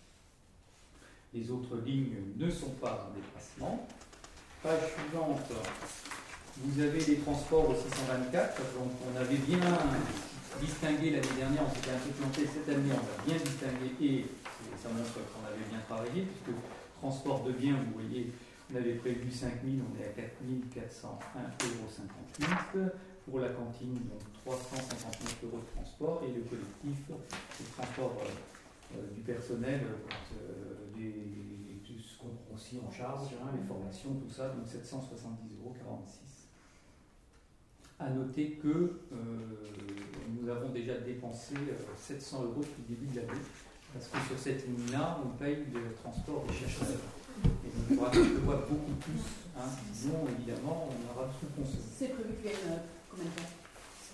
Les autres lignes ne sont pas en dépassement. Page suivante, vous avez les transports au six cent vingt-quatre. Donc on avait bien distingué l'année dernière, on s'était un peu planté. Cette année, on a bien distingué et ça montre qu'on avait bien travaillé, puisque transport de biens, vous voyez, on avait prévu cinq mille, on est à quatre mille quatre cent un euros cinquante-huit. Pour la cantine, donc trois cent cinquante-neuf euros de transport, et le collectif, le transport euh, euh, du personnel, euh, des, tout ce qu'on aussi pris en charge, hein, les formations, tout ça, donc sept cent soixante-dix euros quarante-six. À noter que euh, nous avons déjà dépensé euh, sept cents euros depuis le début de l'année, parce que sur cette ligne-là, on paye le transport des chercheurs. Et donc, il faudra que je vois beaucoup plus, hein, sinon, évidemment, on aura tout consommé. C'est prévu qu'il y ait une, combien de temps?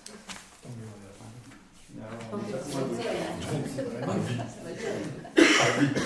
Alors, Donc, ça, c'est- on va c'est- voir. ça va dire.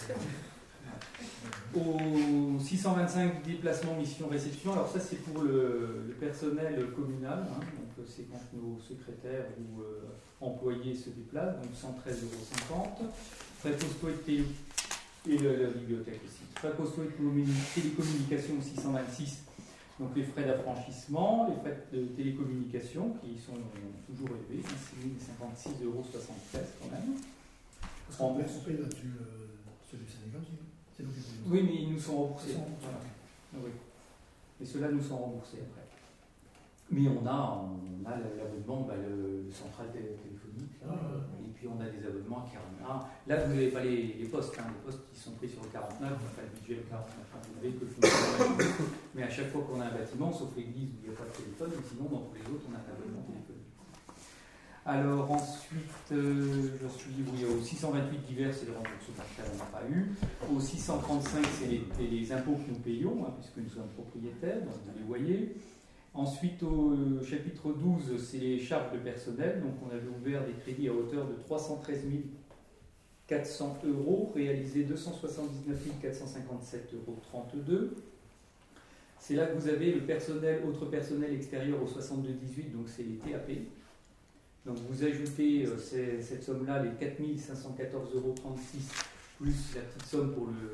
Au six cent vingt-cinq déplacement, mission, réception, alors ça c'est pour le, le personnel communal, hein, donc c'est quand nos secrétaires ou euh, employés se déplacent, donc cent treize euros cinquante. Frais postaux et, télé- et le- la bibliothèque aussi. Frais postaux et télécommuni- télécommunications six cent vingt-six, donc les frais d'affranchissement, les frais de télécommunication qui sont toujours élevés, six mille cinquante-six euros soixante-treize quand même. Parce qu'on paye- on paye là-dessus euh, ceux du Sénégal, c'est c'est nous qui payons. Oui, mais ils nous sont remboursés. Ils sont remboursés. Voilà. Ah oui. Et ceux-là nous sont remboursés après. Mais on a, on a l'abonnement, bah, le, le central té- téléphonique, là, Ah, et puis on a des abonnements à quarante-un. Là, vous n'avez pas les, les postes, hein, les postes qui sont pris sur le quarante-neuf, on fait le budget le quarante-neuf, hein, vous n'avez que le fonctionnement. Mais à chaque fois qu'on a un bâtiment, sauf l'église où il n'y a pas de téléphone, sinon dans tous les autres, on a un abonnement téléphonique. Alors ensuite, euh, je suis oui, au six cent vingt-huit divers, c'est le remboursement que on n'a pas eu. Au six cent trente-cinq, c'est les, les impôts que nous payons, hein, puisque nous sommes propriétaires, donc vous les voyez. Ensuite, au chapitre douze, c'est les charges de personnel. Donc on avait ouvert des crédits à hauteur de trois cent treize mille quatre cents euros, réalisé deux cent soixante-dix-neuf mille quatre cent cinquante-sept euros trente-deux. C'est là que vous avez le personnel, autre personnel extérieur au soixante-deux dix-huit, donc c'est les T A P. Donc vous ajoutez euh, ces- cette somme-là, les quatre mille cinq cent quatorze euros trente-six, plus la petite somme pour le,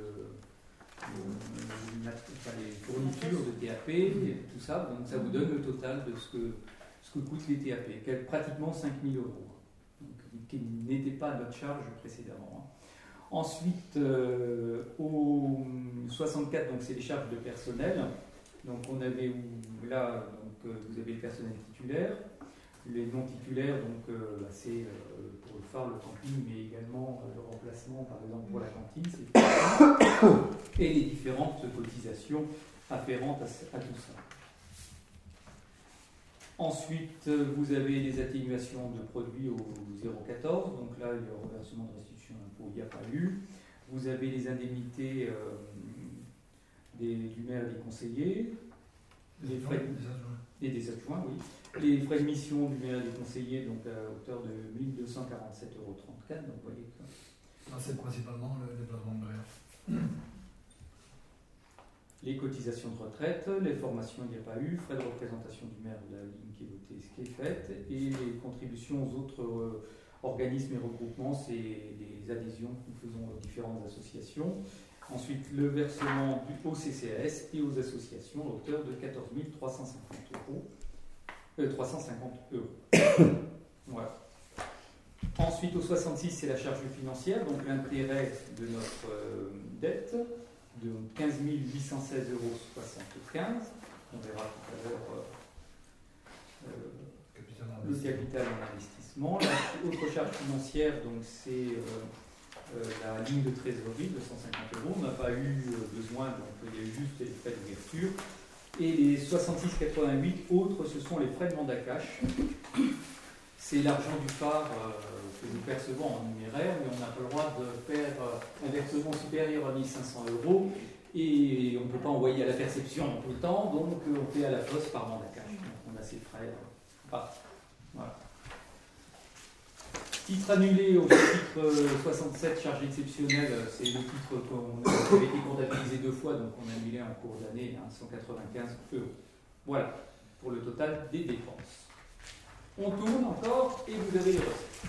le- la- enfin, les fournitures de T A P, et tout ça. Donc ça vous donne le total de ce que, ce que coûtent les T A P, qui est pratiquement cinq mille euros, donc, qui n'était pas à notre charge précédemment. Ensuite, euh, au soixante-quatre, donc c'est les charges de personnel. Donc on avait où- là, donc, euh, vous avez le personnel titulaire. Les non titulaires, donc euh, bah, c'est euh, pour le phare, le camping, mais également euh, le remplacement, par exemple pour la cantine, c'est et les différentes cotisations afférentes à, à tout ça. Ensuite, euh, vous avez les atténuations de produits au zéro quatorze, donc là, le reversement de restitution d'impôt, il n'y a pas eu. Vous avez les indemnités euh, des, du maire et des conseillers, les frais Des adjoints. et des adjoints, oui. Les frais de mission du maire et des conseillers, donc à hauteur de mille deux cent quarante-sept euros trente-quatre. Donc vous voyez que Ça, c'est principalement le déplacement de grève. les cotisations de retraite, les formations, il n'y a pas eu, frais de représentation du maire de la ligne qui est votée, ce qui est fait, et les contributions aux autres euh, organismes et regroupements, c'est les adhésions que nous faisons aux différentes associations. Ensuite, le versement du, au C C A S et aux associations à hauteur de quatorze mille trois cent cinquante euros. Euh, trois cent cinquante euros. Voilà. Ensuite, au soixante-six, c'est la charge financière, donc l'intérêt de notre euh, dette, de quinze mille huit cent seize euros soixante-quinze. On verra tout à l'heure euh, euh, Capital le capital en investissement. La autre charge financière, donc c'est euh, euh, la ligne de trésorerie de cent cinquante euros. On n'a pas eu euh, besoin, donc il y a eu juste les frais d'ouverture. Et les soixante-six quatre-vingt-huit autres, ce sont les frais de mandat cash. C'est l'argent du phare euh, que nous percevons en numéraire, mais on n'a pas le droit de faire euh, un versement supérieur à mille cinq cents euros et on ne peut pas envoyer à la perception tout le temps, donc euh, on fait à la poste par mandat cash. Donc on a ces frais euh, partis. Voilà. Titre annulé au chapitre euh, soixante-sept, charge exceptionnelle, c'est le titre qu'on a- qui avait été comptabilisé deux fois, donc on a annulé en cours d'année, hein, cent quatre-vingt-quinze euros. Voilà, pour le total des dépenses. On tourne encore et vous avez les recettes.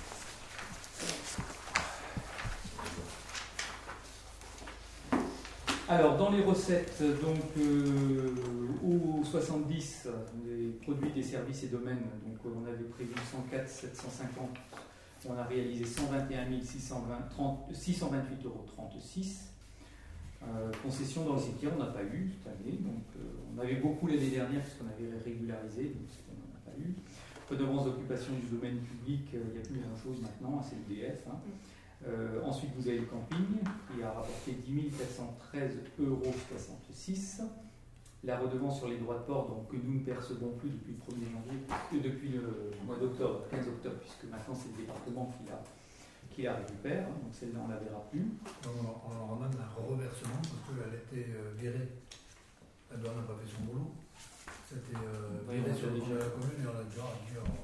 Alors, dans les recettes, donc euh, au soixante-dix, les produits, des services et domaines, donc euh, on avait prévu cent quatre sept cent cinquante, on a réalisé cent vingt et un mille six cent vingt-huit euros trente-six. Euh, concession dans le cimetière, on n'a pas eu cette année, donc euh, on avait beaucoup l'année dernière puisqu'on avait régularisé, donc on n'en a pas eu. Redevance d'occupation du domaine public, euh, il n'y a plus grand chose maintenant, c'est le D F. Hein. Euh, ensuite, vous avez le camping qui a rapporté dix mille quatre cent treize euros soixante-six. La redevance sur les droits de port, donc, que nous ne percevons plus depuis le premier janvier, euh, depuis le mois d'octobre, quinze octobre, puisque maintenant c'est le département qui la, qui la récupère, donc celle-là on ne la verra plus. Donc on, on leur demande un reversement parce qu'elle était euh, virée. La douane n'a pas fait son boulot. C'était euh, Oui, viré on sur le l'a projet de déjà. la commune et on a déjà dit on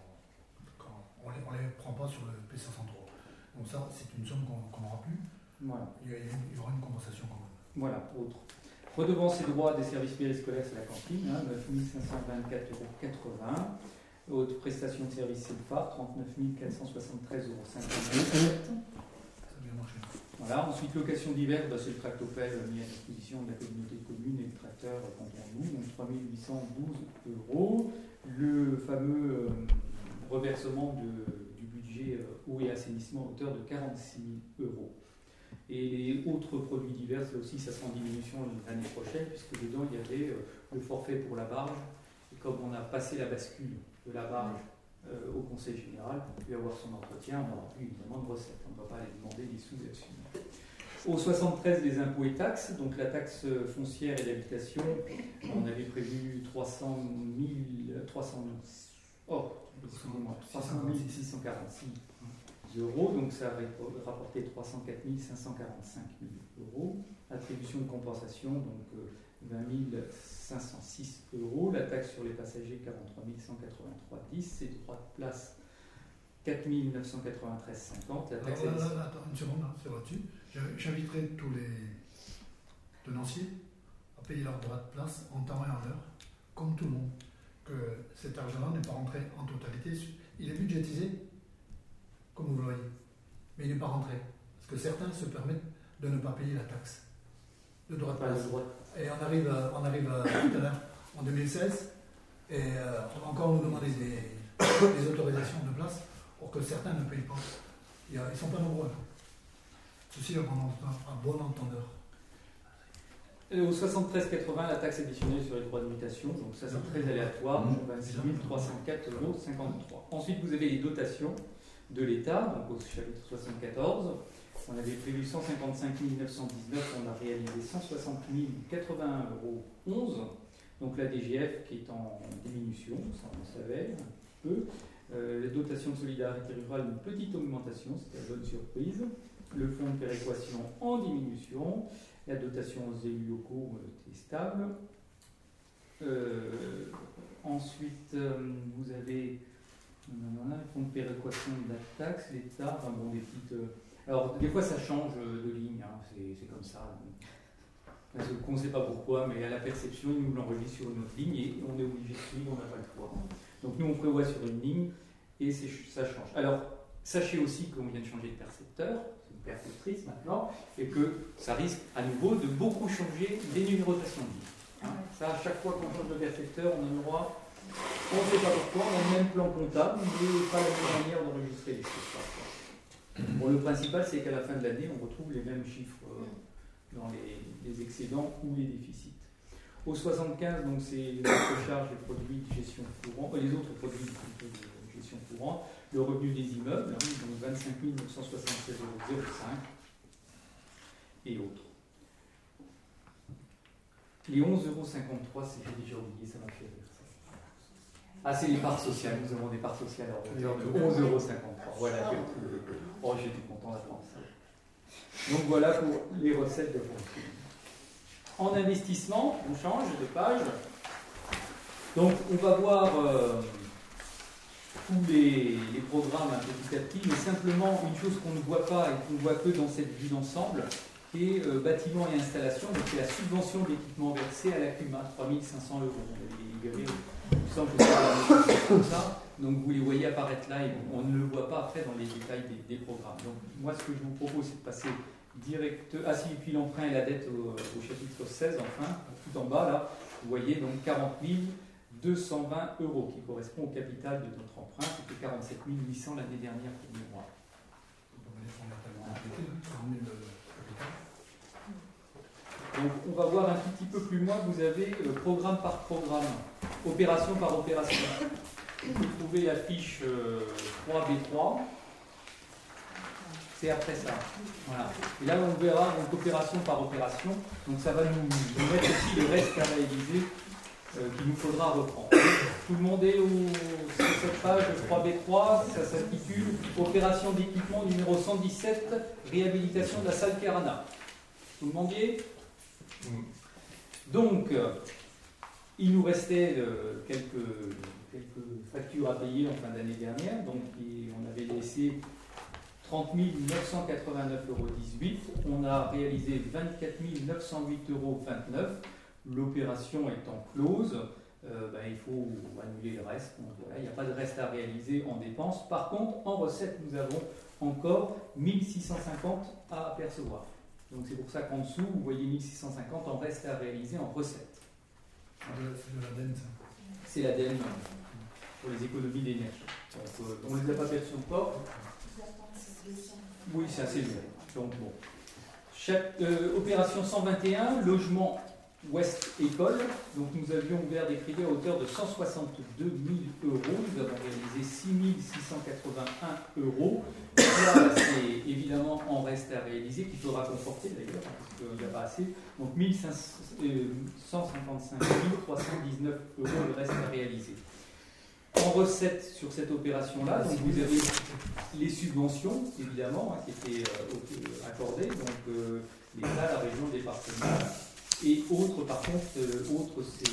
ne les, on les prend pas sur le P cinq cent trois. Donc ça, c'est une somme qu'on n'aura plus. Voilà. Il y, a, il y aura une compensation quand même. Voilà, autre. Redevance et droits des services périscolaires, c'est la cantine, hein, neuf mille cinq cent vingt-quatre euros quatre-vingts. Autres prestations de services, c'est le P A R, trente-neuf mille quatre cent soixante-treize euros cinquante-sept. Ça a bien marché. Voilà, ensuite location d'hiver, bah, c'est le tractopelle mis à disposition de la communauté de communes et le tracteur Canton-Loup, donc trois mille huit cent douze euros. Le fameux euh, reversement de, du budget euh, eau et assainissement à hauteur de quarante-six mille euros. Et les autres produits divers, là aussi, ça sera en diminution l'année prochaine, puisque dedans, il y avait euh, le forfait pour la barge. Et comme on a passé la bascule de la barge euh, au Conseil général, pour pu avoir son entretien, on n'aura plus évidemment de recettes. On ne va pas aller demander des sous là-dessus. Au soixante-treize, les impôts et taxes, donc la taxe foncière et d'habitation, on avait prévu trois cent mille, trois cents, oh, excusez-moi, trois cent mille six cent quarante-six euros, donc ça a rapporté trois cent quatre mille cinq cent quarante-cinq euros. Attribution de compensation, donc euh, vingt mille cinq cent six euros. La taxe sur les passagers, quarante-trois mille cent quatre-vingt-trois virgule dix. Et droits de place, quatre mille neuf cent quatre-vingt-treize virgule cinquante. La taxe Alors, là, là, attends une seconde, hein, c'est là-dessus. J'inviterai tous les tenanciers à payer leur droit de place en temps et en heure, comme tout le monde. Que cet argent-là n'est pas rentré en totalité. Il est budgétisé, comme vous le voyez, mais il n'est pas rentré. Parce que certains se permettent de ne pas payer la taxe de droit de place. Et on arrive, à, on arrive à, tout à l'heure, en deux mille seize, et euh, on va encore nous demander des, des autorisations de place pour que certains ne payent pas. Il y a, ils ne sont pas nombreux. Ceci à bon entendeur. Au soixante-treize quatre-vingts, la taxe additionnelle sur les droits de mutation, donc ça c'est très aléatoire, vingt-six mille trois cent quatre euros cinquante-trois. Ensuite, vous avez les dotations de l'État, donc au chapitre soixante-quatorze. On avait prévu cent cinquante-cinq mille neuf cent dix-neuf, on a réalisé cent soixante mille quatre-vingt-un euros onze. Donc la D G F qui est en diminution, ça on le savait un peu. Euh, les dotations de solidarité rurale, une petite augmentation, c'était la bonne surprise. Le fonds de péréquation en diminution. La dotation aux élus locaux euh, était stable. Euh, ensuite, euh, vous avez le fonds de péréquation de la taxe, l'État, enfin bon, des petites. Euh, alors, des fois, ça change de ligne, hein, c'est comme ça. Parce qu'on ne sait pas pourquoi, mais à la perception, ils nous l'enregistrent sur une autre ligne et on est obligé de suivre, on n'a pas le choix. Donc, nous, on prévoit sur une ligne et ça change. Alors, sachez aussi qu'on vient de changer de percepteur, c'est une perceptrice maintenant, et que ça risque à nouveau de beaucoup changer les numérotations de ligne. Hein. Ça, à chaque fois qu'on change de percepteur, on a le droit. On ne sait pas pourquoi, on a le même plan comptable, mais pas la même manière d'enregistrer les chiffres. Bon, le principal, c'est qu'à la fin de l'année, on retrouve les mêmes chiffres euh, dans les, les excédents ou les déficits. Au soixante-quinze, donc c'est les autres charges des produits de gestion courante, euh, les autres produits de gestion courante, le revenu des immeubles, hein, donc vingt-cinq mille neuf cent soixante-seize euros cinq et autres. Les onze euros cinquante-trois, c'est j'ai déjà oublié, ça m'a fait rire. Ah, c'est les parts sociales. Nous avons des parts sociales à hauteur de onze euros cinquante-trois. Voilà, j'ai retrouvé. Oh, j'étais content d'apprendre ça. Donc voilà pour les recettes de fonctionnement. En investissement, on change de page. Donc on va voir euh, tous les, les programmes un petit à petit, mais simplement une chose qu'on ne voit pas et qu'on ne voit que dans cette vue d'ensemble, qui est euh, bâtiment et installation. Donc c'est la subvention d'équipement versée à la C U M A, trois mille cinq cents euros. On avait libéré. Il me semble que c'est comme ça. Donc vous les voyez apparaître là et on ne le voit pas après dans les détails des, des programmes. Donc moi ce que je vous propose c'est de passer direct. Ah si, et puis l'emprunt et la dette au, au chapitre seize, enfin, tout en bas là, vous voyez donc quarante mille deux cent vingt euros qui correspond au capital de notre emprunt. C'était quarante-sept mille huit cents l'année dernière pour le mois. Donc on va voir un tout petit peu plus loin, vous avez euh, programme par programme, opération par opération. Vous trouvez la fiche euh, trois B trois. C'est après ça. Voilà. Et là, on verra donc opération par opération. Donc ça va nous, nous mettre aussi le reste à réaliser euh, qu'il nous faudra reprendre. Tout le monde est au, sur cette page trois B trois, ça s'intitule Opération d'équipement numéro cent dix-sept, réhabilitation de la salle Kerana. Tout le monde y est ? Donc, euh, il nous restait euh, quelques, quelques factures à payer en fin d'année dernière. Donc, et on avait laissé trente mille neuf cent quatre-vingt-neuf euros dix-huit. On a réalisé vingt-quatre mille neuf cent huit euros vingt-neuf. L'opération étant close, euh, ben, il faut annuler le reste. Donc, voilà, il n'y a pas de reste à réaliser en dépenses. Par contre, en recettes, nous avons encore mille six cent cinquante à percevoir. Donc c'est pour ça qu'en dessous, vous voyez mille six cent cinquante en reste à réaliser en recettes. C'est de l'A D E N, ça. C'est l'A D E N pour les économies d'énergie. Donc, euh, on ne les a pas perçus encore. Oui, c'est assez élevé. Donc bon. Chaque, euh, opération cent vingt et un, logement Ouest École. Donc nous avions ouvert des crédits à hauteur de cent soixante-deux mille euros. Nous avons réalisé six mille six cent quatre-vingt-un euros. Là, c'est évidemment en reste à réaliser, qu'il faudra conforter d'ailleurs, parce qu'il n'y a pas assez. Donc cent cinquante-cinq mille trois cent dix-neuf euros de reste à réaliser. En recette sur cette opération-là, donc vous avez les subventions, évidemment, hein, qui étaient euh, accordées, donc euh, l'État, la région, le département, et autres, par contre, euh, autres, c'est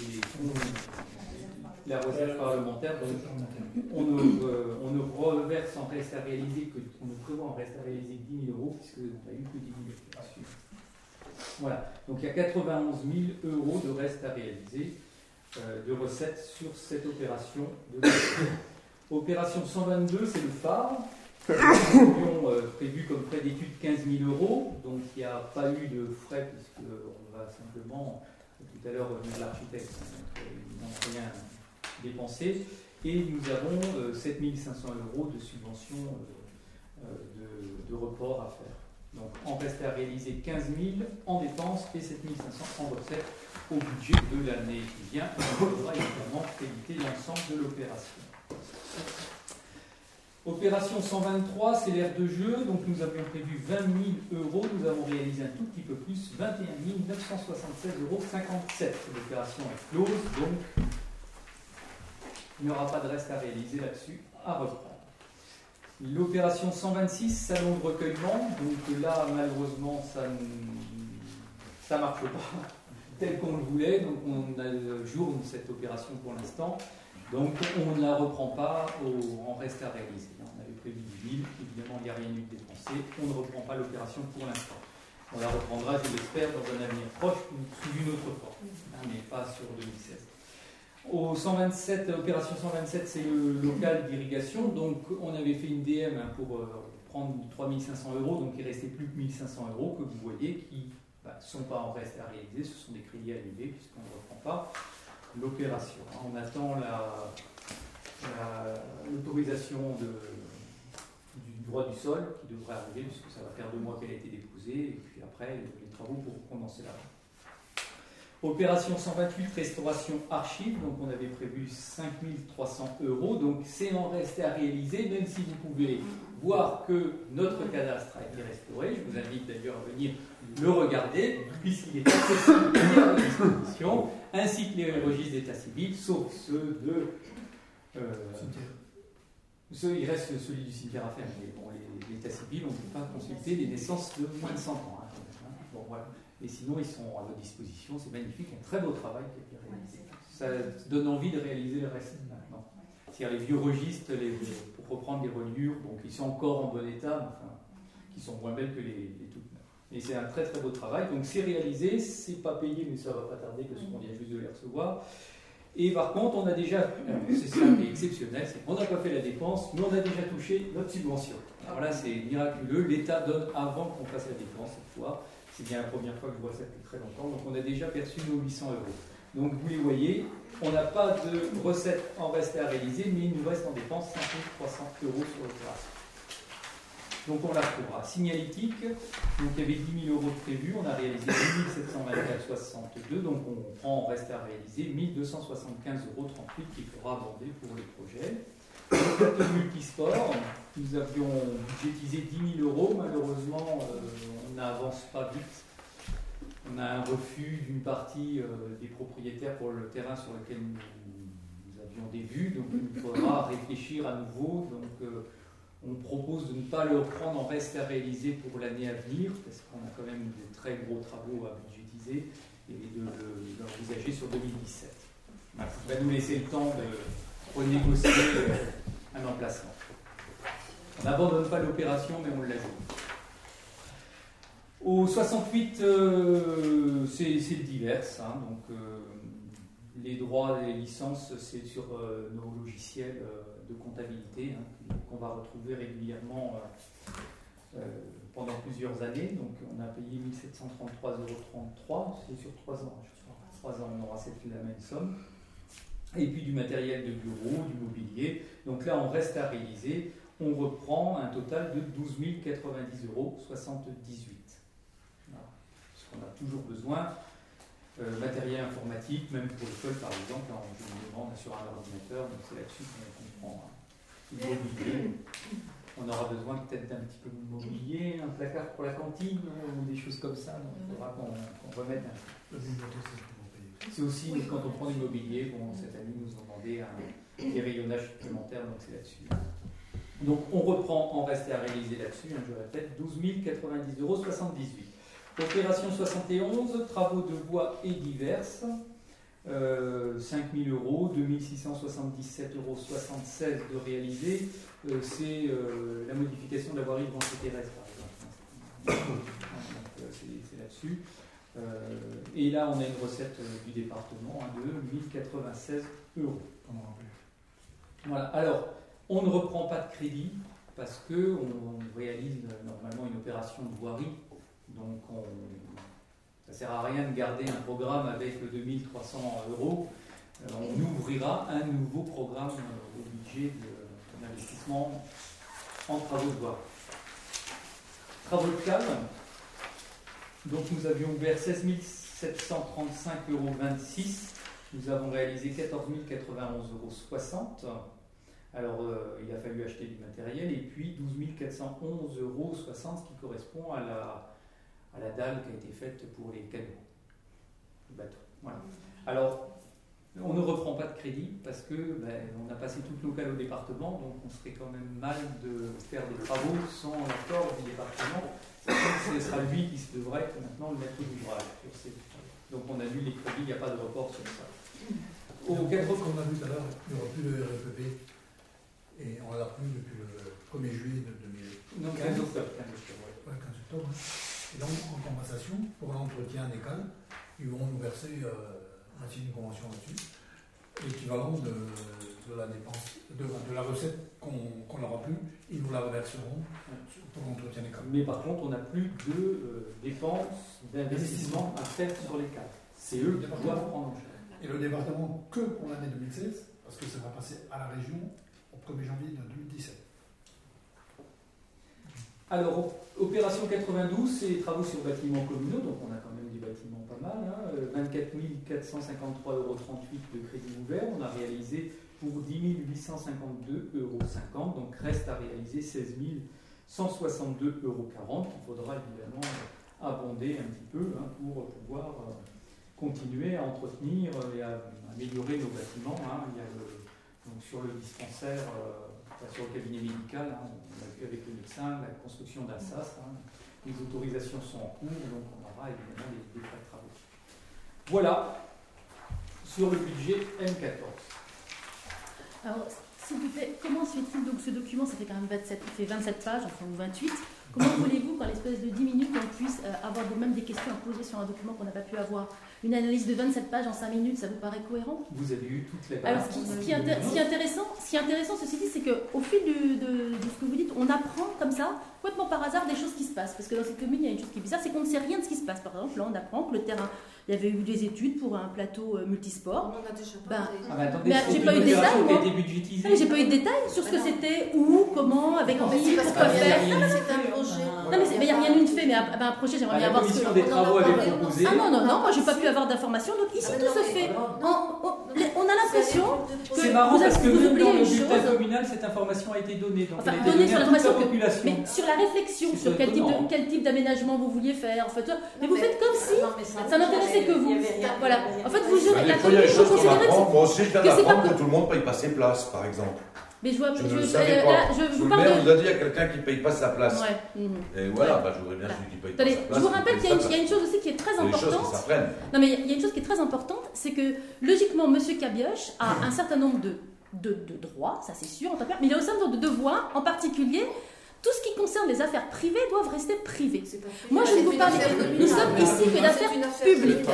la recette parlementaire. Donc, on, ne, euh, on ne reverse en reste à réaliser que, on ne prévoit en reste à réaliser que dix mille euros, puisqu'on n'a eu que dix mille euros. Voilà, donc il y a quatre-vingt-onze mille euros de reste à réaliser. Euh, de recettes sur cette opération. De opération cent vingt-deux, c'est le phare. Nous avions euh, prévu comme frais d'études quinze mille euros, donc il n'y a pas eu de frais, puisqu'on va simplement, tout à l'heure, revenir l'architecte, donc euh, ils n'ont rien dépensé. Et nous avons euh, sept mille cinq cents euros de subvention euh, de, de report à faire. Donc en reste à réaliser quinze mille en dépenses et sept mille cinq cents en recettes au budget de l'année qui vient. Il faudra évidemment créditer l'ensemble de l'opération. Opération cent vingt-trois, c'est l'aire de jeu. Donc nous avions prévu vingt mille euros. Nous avons réalisé un tout petit peu plus, vingt et un mille neuf cent soixante-seize euros cinquante-sept. L'opération est close, donc il n'y aura pas de reste à réaliser là-dessus, à reprendre. L'opération cent vingt-six, salon de recueillement. Donc là, malheureusement, ça ne marche pas tel qu'on le voulait. Donc on ajourne cette opération pour l'instant. Donc on ne la reprend pas au, en reste à réaliser. On avait prévu dix mille. Évidemment, il n'y a rien eu de dépensé. On ne reprend pas l'opération pour l'instant. On la reprendra, je l'espère, dans un avenir proche sous une autre forme, mais pas sur deux mille seize. Au cent vingt-sept, opération cent vingt-sept, c'est le local d'irrigation. Donc, on avait fait une D M pour euh, prendre trois mille cinq cents euros. Donc, il restait plus que mille cinq cents euros que vous voyez qui ne bah, sont pas en reste à réaliser. Ce sont des crédits annulés puisqu'on ne reprend pas l'opération. On attend l'autorisation du droit du sol qui devrait arriver puisque ça va faire deux mois qu'elle a été déposée. Et puis après, les travaux pourront commencer là. Opération cent vingt-huit, restauration archives, donc on avait prévu cinq mille trois cents euros, donc c'est en reste à réaliser, même si vous pouvez voir que notre cadastre a été restauré. Je vous invite d'ailleurs à venir le regarder, puisqu'il est accessible et à votre disposition, ainsi que les registres d'état civil, sauf ceux de... Euh, ceux, il reste celui du cimetière à faire, mais bon, l'état civil, on ne peut pas consulter les naissances de moins de cent ans. Hein, bon, voilà. Et sinon, ils sont à votre disposition. C'est magnifique, un très beau travail qui a été réalisé. Ça donne envie de réaliser le reste maintenant. C'est-à-dire les vieux registres, les, pour reprendre les reliures, donc ils sont encore en bon état, mais enfin, qui sont moins belles que les, les toutes neuves. Et c'est un très très beau travail. Donc c'est réalisé, c'est pas payé, mais ça va pas tarder parce qu'on vient juste de les recevoir. Et par contre, on a déjà, c'est ça qui est exceptionnel, c'est qu'on n'a pas fait la dépense, mais on a déjà touché notre subvention. Alors là, c'est miraculeux. L'État donne avant qu'on fasse la dépense cette fois. C'est bien la première fois que je vois ça depuis très longtemps. Donc on a déjà perçu nos huit cents euros. Donc vous les voyez, on n'a pas de recettes en reste à réaliser, mais il nous reste en dépense cinq mille trois cents euros sur l'opération. Donc on la retrouvera. Signalétique, donc il y avait dix mille euros de prévu, on a réalisé dix mille sept cent vingt-quatre virgule soixante-deux, donc on prend en reste à réaliser mille deux cent soixante-quinze euros trente-huit qu'il faudra aborder pour le projet. Le plateau multisport, nous avions budgétisé dix mille euros. Malheureusement, euh, on n'avance pas vite. On a un refus d'une partie euh, des propriétaires pour le terrain sur lequel nous, nous avions des vues. Donc il faudra réfléchir à nouveau. Donc euh, on propose de ne pas le reprendre en reste à réaliser pour l'année à venir, parce qu'on a quand même des très gros travaux à budgétiser, et de l'envisager sur deux mille dix-sept. Ça va nous laisser le temps de renégocier un emplacement. On n'abandonne pas l'opération, mais on l'ajoute. Au soixante-huit, euh, c'est le divers. Hein, donc, euh, les droits et les licences, c'est sur euh, nos logiciels euh, de comptabilité hein, qu'on va retrouver régulièrement euh, euh, pendant plusieurs années. Donc, on a payé mille sept cent trente-trois euros trente-trois. C'est sur trois ans. Sur trois ans, on aura cette la même somme. Et puis du matériel de bureau, du mobilier. Donc là, on reste à réaliser. On reprend un total de douze mille quatre-vingt-dix euros soixante-dix-huit. Voilà. Parce qu'on a toujours besoin euh, matériel informatique, même pour l'école par exemple. On je me demande sur un ordinateur, donc c'est là-dessus qu'on comprend. Hein. Mobilier. On aura besoin peut-être d'un petit peu de mobilier, un placard pour la cantine ou des choses comme ça. Donc il faudra qu'on qu'on remette un. C'est aussi oui. Quand on prend du mobilier, bon, cette année nous ont demandé un, des rayonnages supplémentaires, donc c'est là-dessus. Donc on reprend, on reste à réaliser là-dessus, hein, je répète, douze mille quatre-vingt-dix euros soixante-dix-huit. Opération soixante et onze, travaux de bois et diverses, euh, cinq mille euros, deux mille six cent soixante-dix-sept euros soixante-seize de réaliser. Euh, c'est euh, la modification de la voirie de Vence terrestre, par exemple. Donc c'est là-dessus. Euh, et là, on a une recette euh, du département hein, de mille quatre-vingt-seize euros. Voilà. Alors, on ne reprend pas de crédit parce qu'on on réalise euh, normalement une opération de voirie. Donc, on, ça ne sert à rien de garder un programme avec deux mille trois cents euros. Euh, on ouvrira un nouveau programme euh, au budget d'investissement en travaux de voirie. Travaux de cale. Donc nous avions ouvert seize mille sept cent trente-cinq euros vingt-six, nous avons réalisé quatorze mille quatre-vingt-onze euros soixante. Alors euh, il a fallu acheter du matériel et puis douze mille quatre cent onze euros soixante, ce qui correspond à la, à la dalle qui a été faite pour les canots, le bateau. Voilà. Alors on ne reprend pas de crédit parce que ben, on a passé toute nos cales au département, donc on serait quand même mal de faire des travaux sans l'accord du département. Ce sera lui qui se devrait être maintenant le maître d'ouvrage. Donc on a vu les crédits, il n'y a pas de report sur ça. Au quatre qu'on a vu tout à l'heure, il n'y aura plus de R P P et on l'a plus depuis le premier juillet de deux mille quinze. Non, quinze octobre. quinze octobre, ouais. Ouais, quinze octobre. Et donc en compensation, pour l'entretien des cales, ils vont nous verser euh, ainsi une convention là-dessus, équivalent de, de la dépense, de, de la recette qu'on qu'on n'aura plus, ils nous la reverseront pour l'entretien des cales. Mais par contre, on n'a plus de euh, dépenses d'investissement à faire sur les cales. C'est eux qui doivent prendre en charge. Et le département que pour l'année deux mille seize, parce que ça va passer à la région au premier janvier de deux mille dix-sept. Alors, opération quatre-vingt-douze, c'est les travaux sur bâtiments communaux, donc on a quand même des bâtiments pas mal, hein, vingt-quatre mille quatre cent cinquante-trois euros trente-huit de crédit ouvert, on a réalisé pour dix mille huit cent cinquante-deux euros cinquante, donc reste à réaliser seize mille cent soixante-deux euros quarante, qu'il faudra évidemment abonder un petit peu hein, pour pouvoir euh, continuer à entretenir et à améliorer nos bâtiments. Hein. Il y a le, donc sur le dispensaire, euh, sur le cabinet médical, hein, on a vu avec le médecin la construction d'un sas, hein, les autorisations sont en cours, donc on aura évidemment des, des frais de travaux. Voilà, sur le budget M quatorze. Alors, s'il vous plaît, comment se fait-il donc ce document, ça fait quand même vingt-sept, il fait vingt-sept pages, enfin ou vingt-huit. Comment voulez-vous qu'en l'espace de dix minutes, on puisse euh, avoir de, même des questions à poser sur un document qu'on n'a pas pu avoir? Une analyse de vingt-sept pages en cinq minutes, ça vous paraît cohérent? Vous avez eu toutes les pages. Alors, ce qui, ce qui est intér- ce qui est intéressant, ce qui est intéressant, ceci dit, c'est qu'au fil du, de, de ce que vous dites, on apprend comme ça, complètement par hasard, des choses qui se passent. Parce que dans cette commune, il y a une chose qui est bizarre, c'est qu'on ne sait rien de ce qui se passe. Par exemple, là, on apprend que le terrain, il y avait eu des études pour un plateau euh, multisport. On en a déjà Ben, parlé. Ah bah attendez, mais c'est j'ai une pas eu de opération détails, qui a moi. été budgétisée. Ah, mais j'ai pas eu de détails sur ce que Ah non. c'était, où, comment, avec Non, mais qui, c'est parce pourquoi qu'il y a faire. rien, c'est un projet. Non, mais il n'y a rien eu de fait, mais un, un projet, j'aimerais Ah, bien la voir ce que. commission des travaux avait proposé. Ah non, non, non, moi j'ai pas pu avoir d'informations, donc ici Ah, tout non, se mais fait. non. en- on, on a l'impression l'impression que C'est marrant vous, parce que vous même oubliez dans le une bulletin chose. communal, cette information a été donnée. Donc Enfin, elle a été donnée donnée sur à toute l'information la que. population. Mais sur la réflexion, C'est sur quel type, de, étonnant. quel type d'aménagement vous vouliez faire, en fait. Mais vous mais- faites comme si Non, mais ça- ça n'intéressait que vous. il y avait rien. Voilà. En fait, vous Bah, jurez. des La fois, il y a des commune, choses vous qu'on considérez que apprend. c'est- Moi aussi, je viens que c'est d'apprendre pas- que tout le monde ne paye pas ses places, par exemple. Mais je vois. Je je- ne le euh, savais là, pas. je Le vous maire parle de. nous a dit à quelqu'un qui ne paye pas sa place. Ouais. mhm. Et voilà, bah, je voudrais bien celui qui paye pas Attendez, sa place. je vous qui rappelle paye qu'il y, a sa une- il y a place. une chose aussi qui est très Il y a des choses qui importante. s'apprennent. Non, mais il y a une chose qui est très importante, c'est que logiquement, M. Cabioche a un certain nombre de, de, de droits, ça c'est sûr, en tant que maire, mais il a aussi un certain nombre de devoirs, en particulier. Tout ce qui concerne les affaires privées doivent rester privées. Moi, je ne vous parle. Nous sommes ici que d'affaires publiques.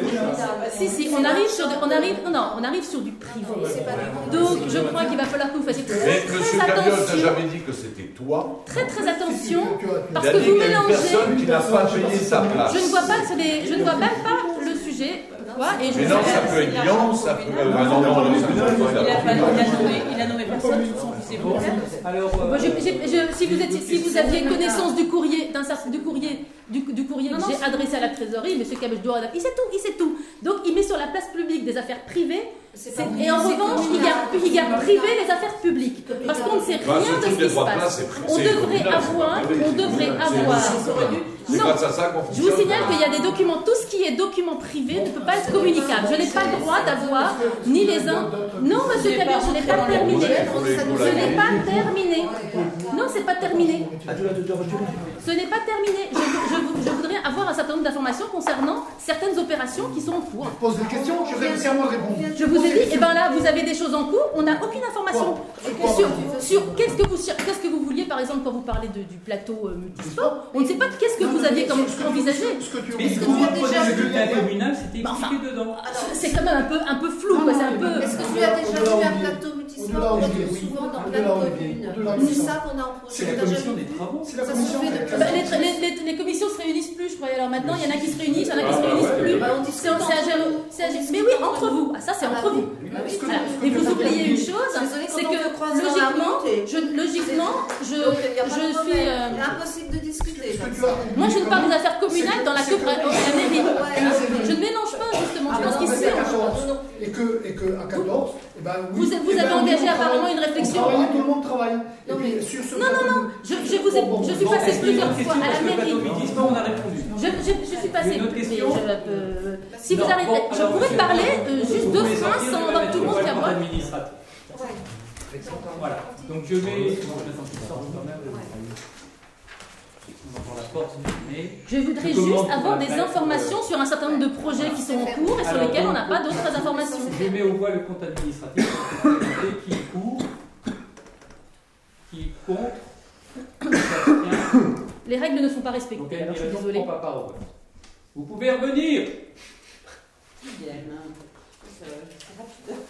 Si, si, on arrive sur, de- on arrive, non, on arrive sur du privé. Donc, je crois qu'il va falloir que vous fassiez très, Mais très M. Cabioche n'a attention, jamais dit que c'était toi. très très attention, parce Il a que dit vous qu'il y a une mélangez. personne qui n'a pas payé sa place. Je ne vois pas, ce n'est- je ne vois même pas le sujet. Quoi, et je Mais non, ça peut être Lyon, ça peut. Ah non, non, non, ça peut être Il a, pas. pas- il a nommé, il a nommé personne, tout son fils est Bon, alors, euh, Moi, j'ai- j'ai- je- si, vous étiez- si vous aviez connaissance du courrier, d'un certain- du courrier, du, du courrier que j'ai adressé à la trésorerie, M. Cabioche doit il sait tout, il sait tout. Donc il met sur la place publique des affaires privées, c'est- et en revanche il garde, il garde privé les affaires publiques, parce qu'on ne sait Bah, rien c'est de ce tous qui les se droits de passe. place, c'est- On c'est devrait communal, avoir, c'est pas privé, on c'est devrait communal, c'est- avoir. C'est Non. grâce à ça qu'on Je fonctionne. vous signale qu'il y a des documents, tout ce qui est document privé ne peut pas être communicable. Je n'ai pas le droit d'avoir ni les uns. Non, monsieur Cabioche, je n'ai pas terminé. Je n'ai pas terminé. Non, c'est pas terminé. Ce n'est pas terminé. Je, je- je voudrais avoir un certain nombre d'informations concernant certaines opérations qui sont en cours. Je pose des questions, je vais c'est à moi de répondre. Je vous ai dit, et bien là, vous avez des choses en cours, on n'a aucune information Quoi sur, sur qu'est-ce que vous qu'est-ce que vous vouliez, par exemple, quand vous parlez de- du plateau euh, multisport, on ne sait pas qu'est-ce que vous aviez comme envisagé. Ce que tu mais ce que vous reprenez le bulletin communal, c'était Bah, enfin, expliqué dedans. C'est quand même un peu, un peu flou, quoi, c'est un peu. Est-ce que tu as déjà vu un plateau multisport souvent dans plein de communes? C'est ça qu'on a en projet. C'est la commission des travaux. C'est la Ça se commission. fait de- Bah, les, les- les- les commissions se réunissent plus, je crois. Alors maintenant, il y en a qui se réunissent, il y en a qui se réunissent plus. Bah, on dit C'est c'est à gérer- c'est à gérer- Mais oui, entre vous. Ah, ça, c'est entre vous. Voilà. Et vous oubliez une chose, Désolée, c'est quand on que te croise dans la logiquement, route et- je, logiquement, je, Donc, il y a pas de je suis. problème. euh, C'est impossible de discuter. Ce que tu as compris, Moi, je ne parle des affaires communales dans la, c'est que- co- à la mairie. Ouais. Je ne mélange pas, justement. Je Ah, pense non, qu'ici, mais à on- quatorze, et que, et que à quatorze, eh ben, oui, Vous- vous eh ben, avez oui, engagé on apparemment travaille. une réflexion. On travaille, tout le monde travaille. Et Non, puis, mais- sur ce Non, non, non. Je, je vous ai, je suis passée Est-ce qu'il y a plusieurs une fois question à parce la que le mairie. plateau multisport, on a répondu. Je, je, je suis passée. Une autre mais question je, euh, si Non, vous arrêtez, bon, je alors, pourrais monsieur, parler euh, vous juste pouvez deux phrases sortir, sans je vais avoir mettre tout le au monde qui compte aboie. administratif. Voilà. Donc je vais. Bon, je vais sortir quand même. On va voir la porte, mais. Je voudrais Je commande juste avoir pour des la informations sur un certain nombre de projets qui sont en cours et sur Alors, lesquels on donc, n'a pas d'autres informations. Je mets au voie le compte administratif qui est pour, qui est contre, qui s'abstient. Les règles ne sont pas Donc respectées, elle alors je suis ne désolée. prend pas parole. Vous pouvez revenir. C'est rapide.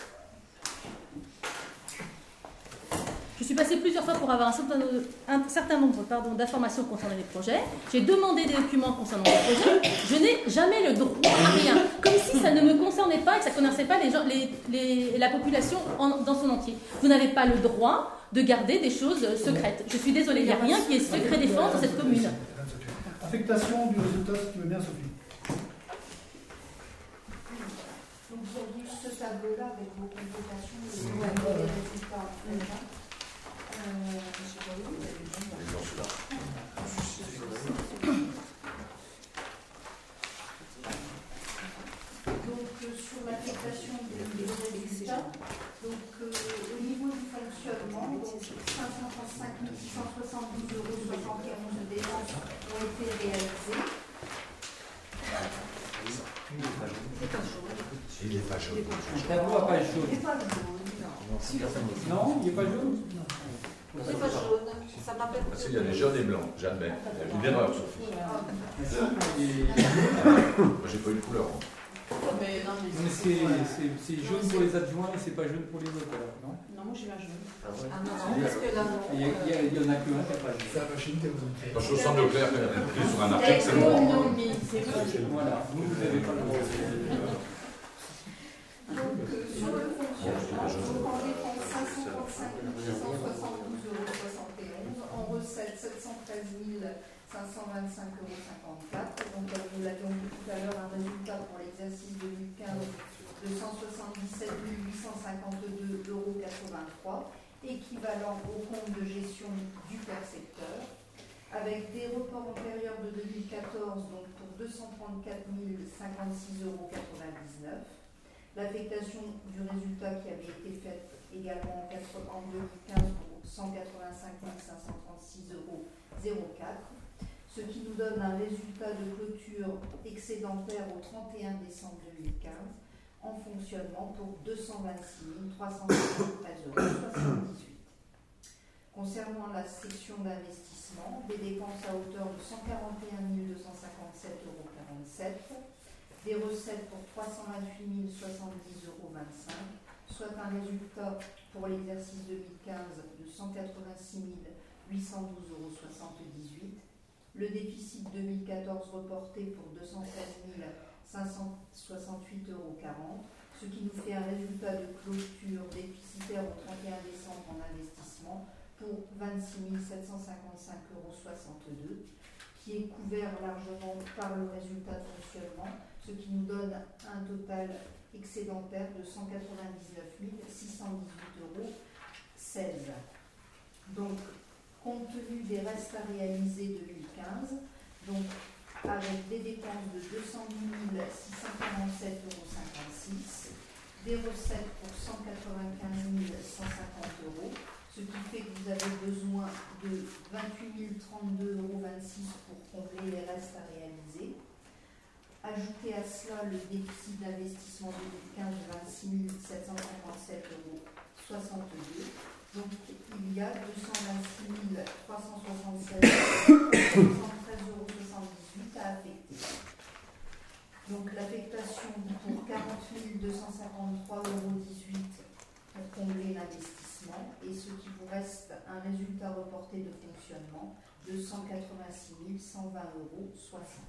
Je suis passée plusieurs fois pour avoir un certain, un certain nombre pardon, d'informations concernant les projets. J'ai demandé des documents concernant les projets. Je n'ai jamais le droit à rien. Comme si ça ne me concernait pas et que ça ne concernait pas les gens, les, les, la population en, dans son entier. Vous n'avez pas le droit de garder des choses secrètes. Je suis désolée, il n'y a rien qui est secret défense dans cette commune. Affectation du résultat, si tu veux bien, Sophie. Donc j'ai vu ce tableau-là avec vos complétations, et les résultats. Euh, je sais pas où vous avez dit. Donc euh, sur l'affectation des, des résultats, donc euh, au niveau du fonctionnement, donc cinq cent trente-cinq mille six cent soixante-douze euros soixante et onze de dépenses ont été réalisées. Il n'est pas jaune. Le tableau à page jaune. Il n'est pas jaune, non. Non, il n'est pas jaune. C'est pas jaune, ça m'appelle. Parce qu'il y a des jaunes et blancs, j'admets. Il y a une erreur, Sophie. Et- Moi, j'ai pas eu de couleur. Mais non, mais Mais c'est c'est- c'est jaune pour les adjoints et c'est pas jaune pour les autres alors, non? Non, moi j'ai un jaune. Ah non, non, parce que là, non. Il y, a- il y a- il y en a que un qui a pas jaune. C'est la machine que vous avez. Parce que au centre de clair, quand il y a écrit sur un article, c'est bon. Économie, c'est pas jaune. Voilà, vous, vous n'avez pas le droit. Donc, euh, sur le fonctionnement, donc en dépenses cinq cent trente-cinq mille six cent soixante-douze euros soixante et onze, en recettes sept cent treize mille cinq cent vingt-cinq euros cinquante-quatre. Donc, comme nous l'avions dit tout à l'heure, un résultat pour l'exercice deux mille quinze de cent soixante-dix-sept mille huit cent cinquante-deux euros quatre-vingt-trois, équivalent au compte de gestion du percepteur, avec des reports antérieurs de deux mille quatorze, donc pour deux cent trente-quatre mille cinquante-six euros quatre-vingt-dix-neuf, l'affectation du résultat qui avait été faite également en deux mille quinze pour cent quatre-vingt-cinq mille cinq cent trente-six euros zéro quatre, ce qui nous donne un résultat de clôture excédentaire au trente et un décembre deux mille quinze en fonctionnement pour deux cent vingt-six mille trois cent soixante-treize euros soixante-dix-huit. Concernant la section d'investissement, des dépenses à hauteur de cent quarante et un mille deux cent cinquante-sept euros quarante-sept, des recettes pour trois cent vingt-huit mille soixante-dix euros vingt-cinq, soit un résultat pour l'exercice deux mille quinze de cent quatre-vingt-six mille huit cent douze euros soixante-dix-huit, le déficit deux mille quatorze reporté pour deux cent treize mille cinq cent soixante-huit euros quarante, ce qui nous fait un résultat de clôture déficitaire au trente et un décembre en investissement pour vingt-six mille sept cent cinquante-cinq euros soixante-deux, qui est couvert largement par le résultat de fonctionnement, ce qui nous donne un total excédentaire de cent quatre-vingt-dix-neuf mille six cent dix-huit euros seize. Donc, compte tenu des restes à réaliser deux mille quinze, donc avec des dépenses de deux cent dix mille six cent quarante-sept euros cinquante-six, des recettes pour cent quatre-vingt-quinze mille cent cinquante euros, ce qui fait que vous avez besoin de vingt-huit mille trente-deux euros vingt-six pour combler les restes à réaliser. Ajoutez à cela le déficit d'investissement deux mille quinze de vingt-six mille sept cent cinquante-sept euros soixante-deux. Donc il y a deux cent vingt-six mille trois cent soixante-seize euros soixante-treize euros soixante-dix-huit à affecter. Donc l'affectation pour quarante mille deux cent cinquante-trois euros dix-huit pour combler l'investissement, et ce qui vous reste un résultat reporté de fonctionnement de cent quatre-vingt-six mille cent vingt euros soixante.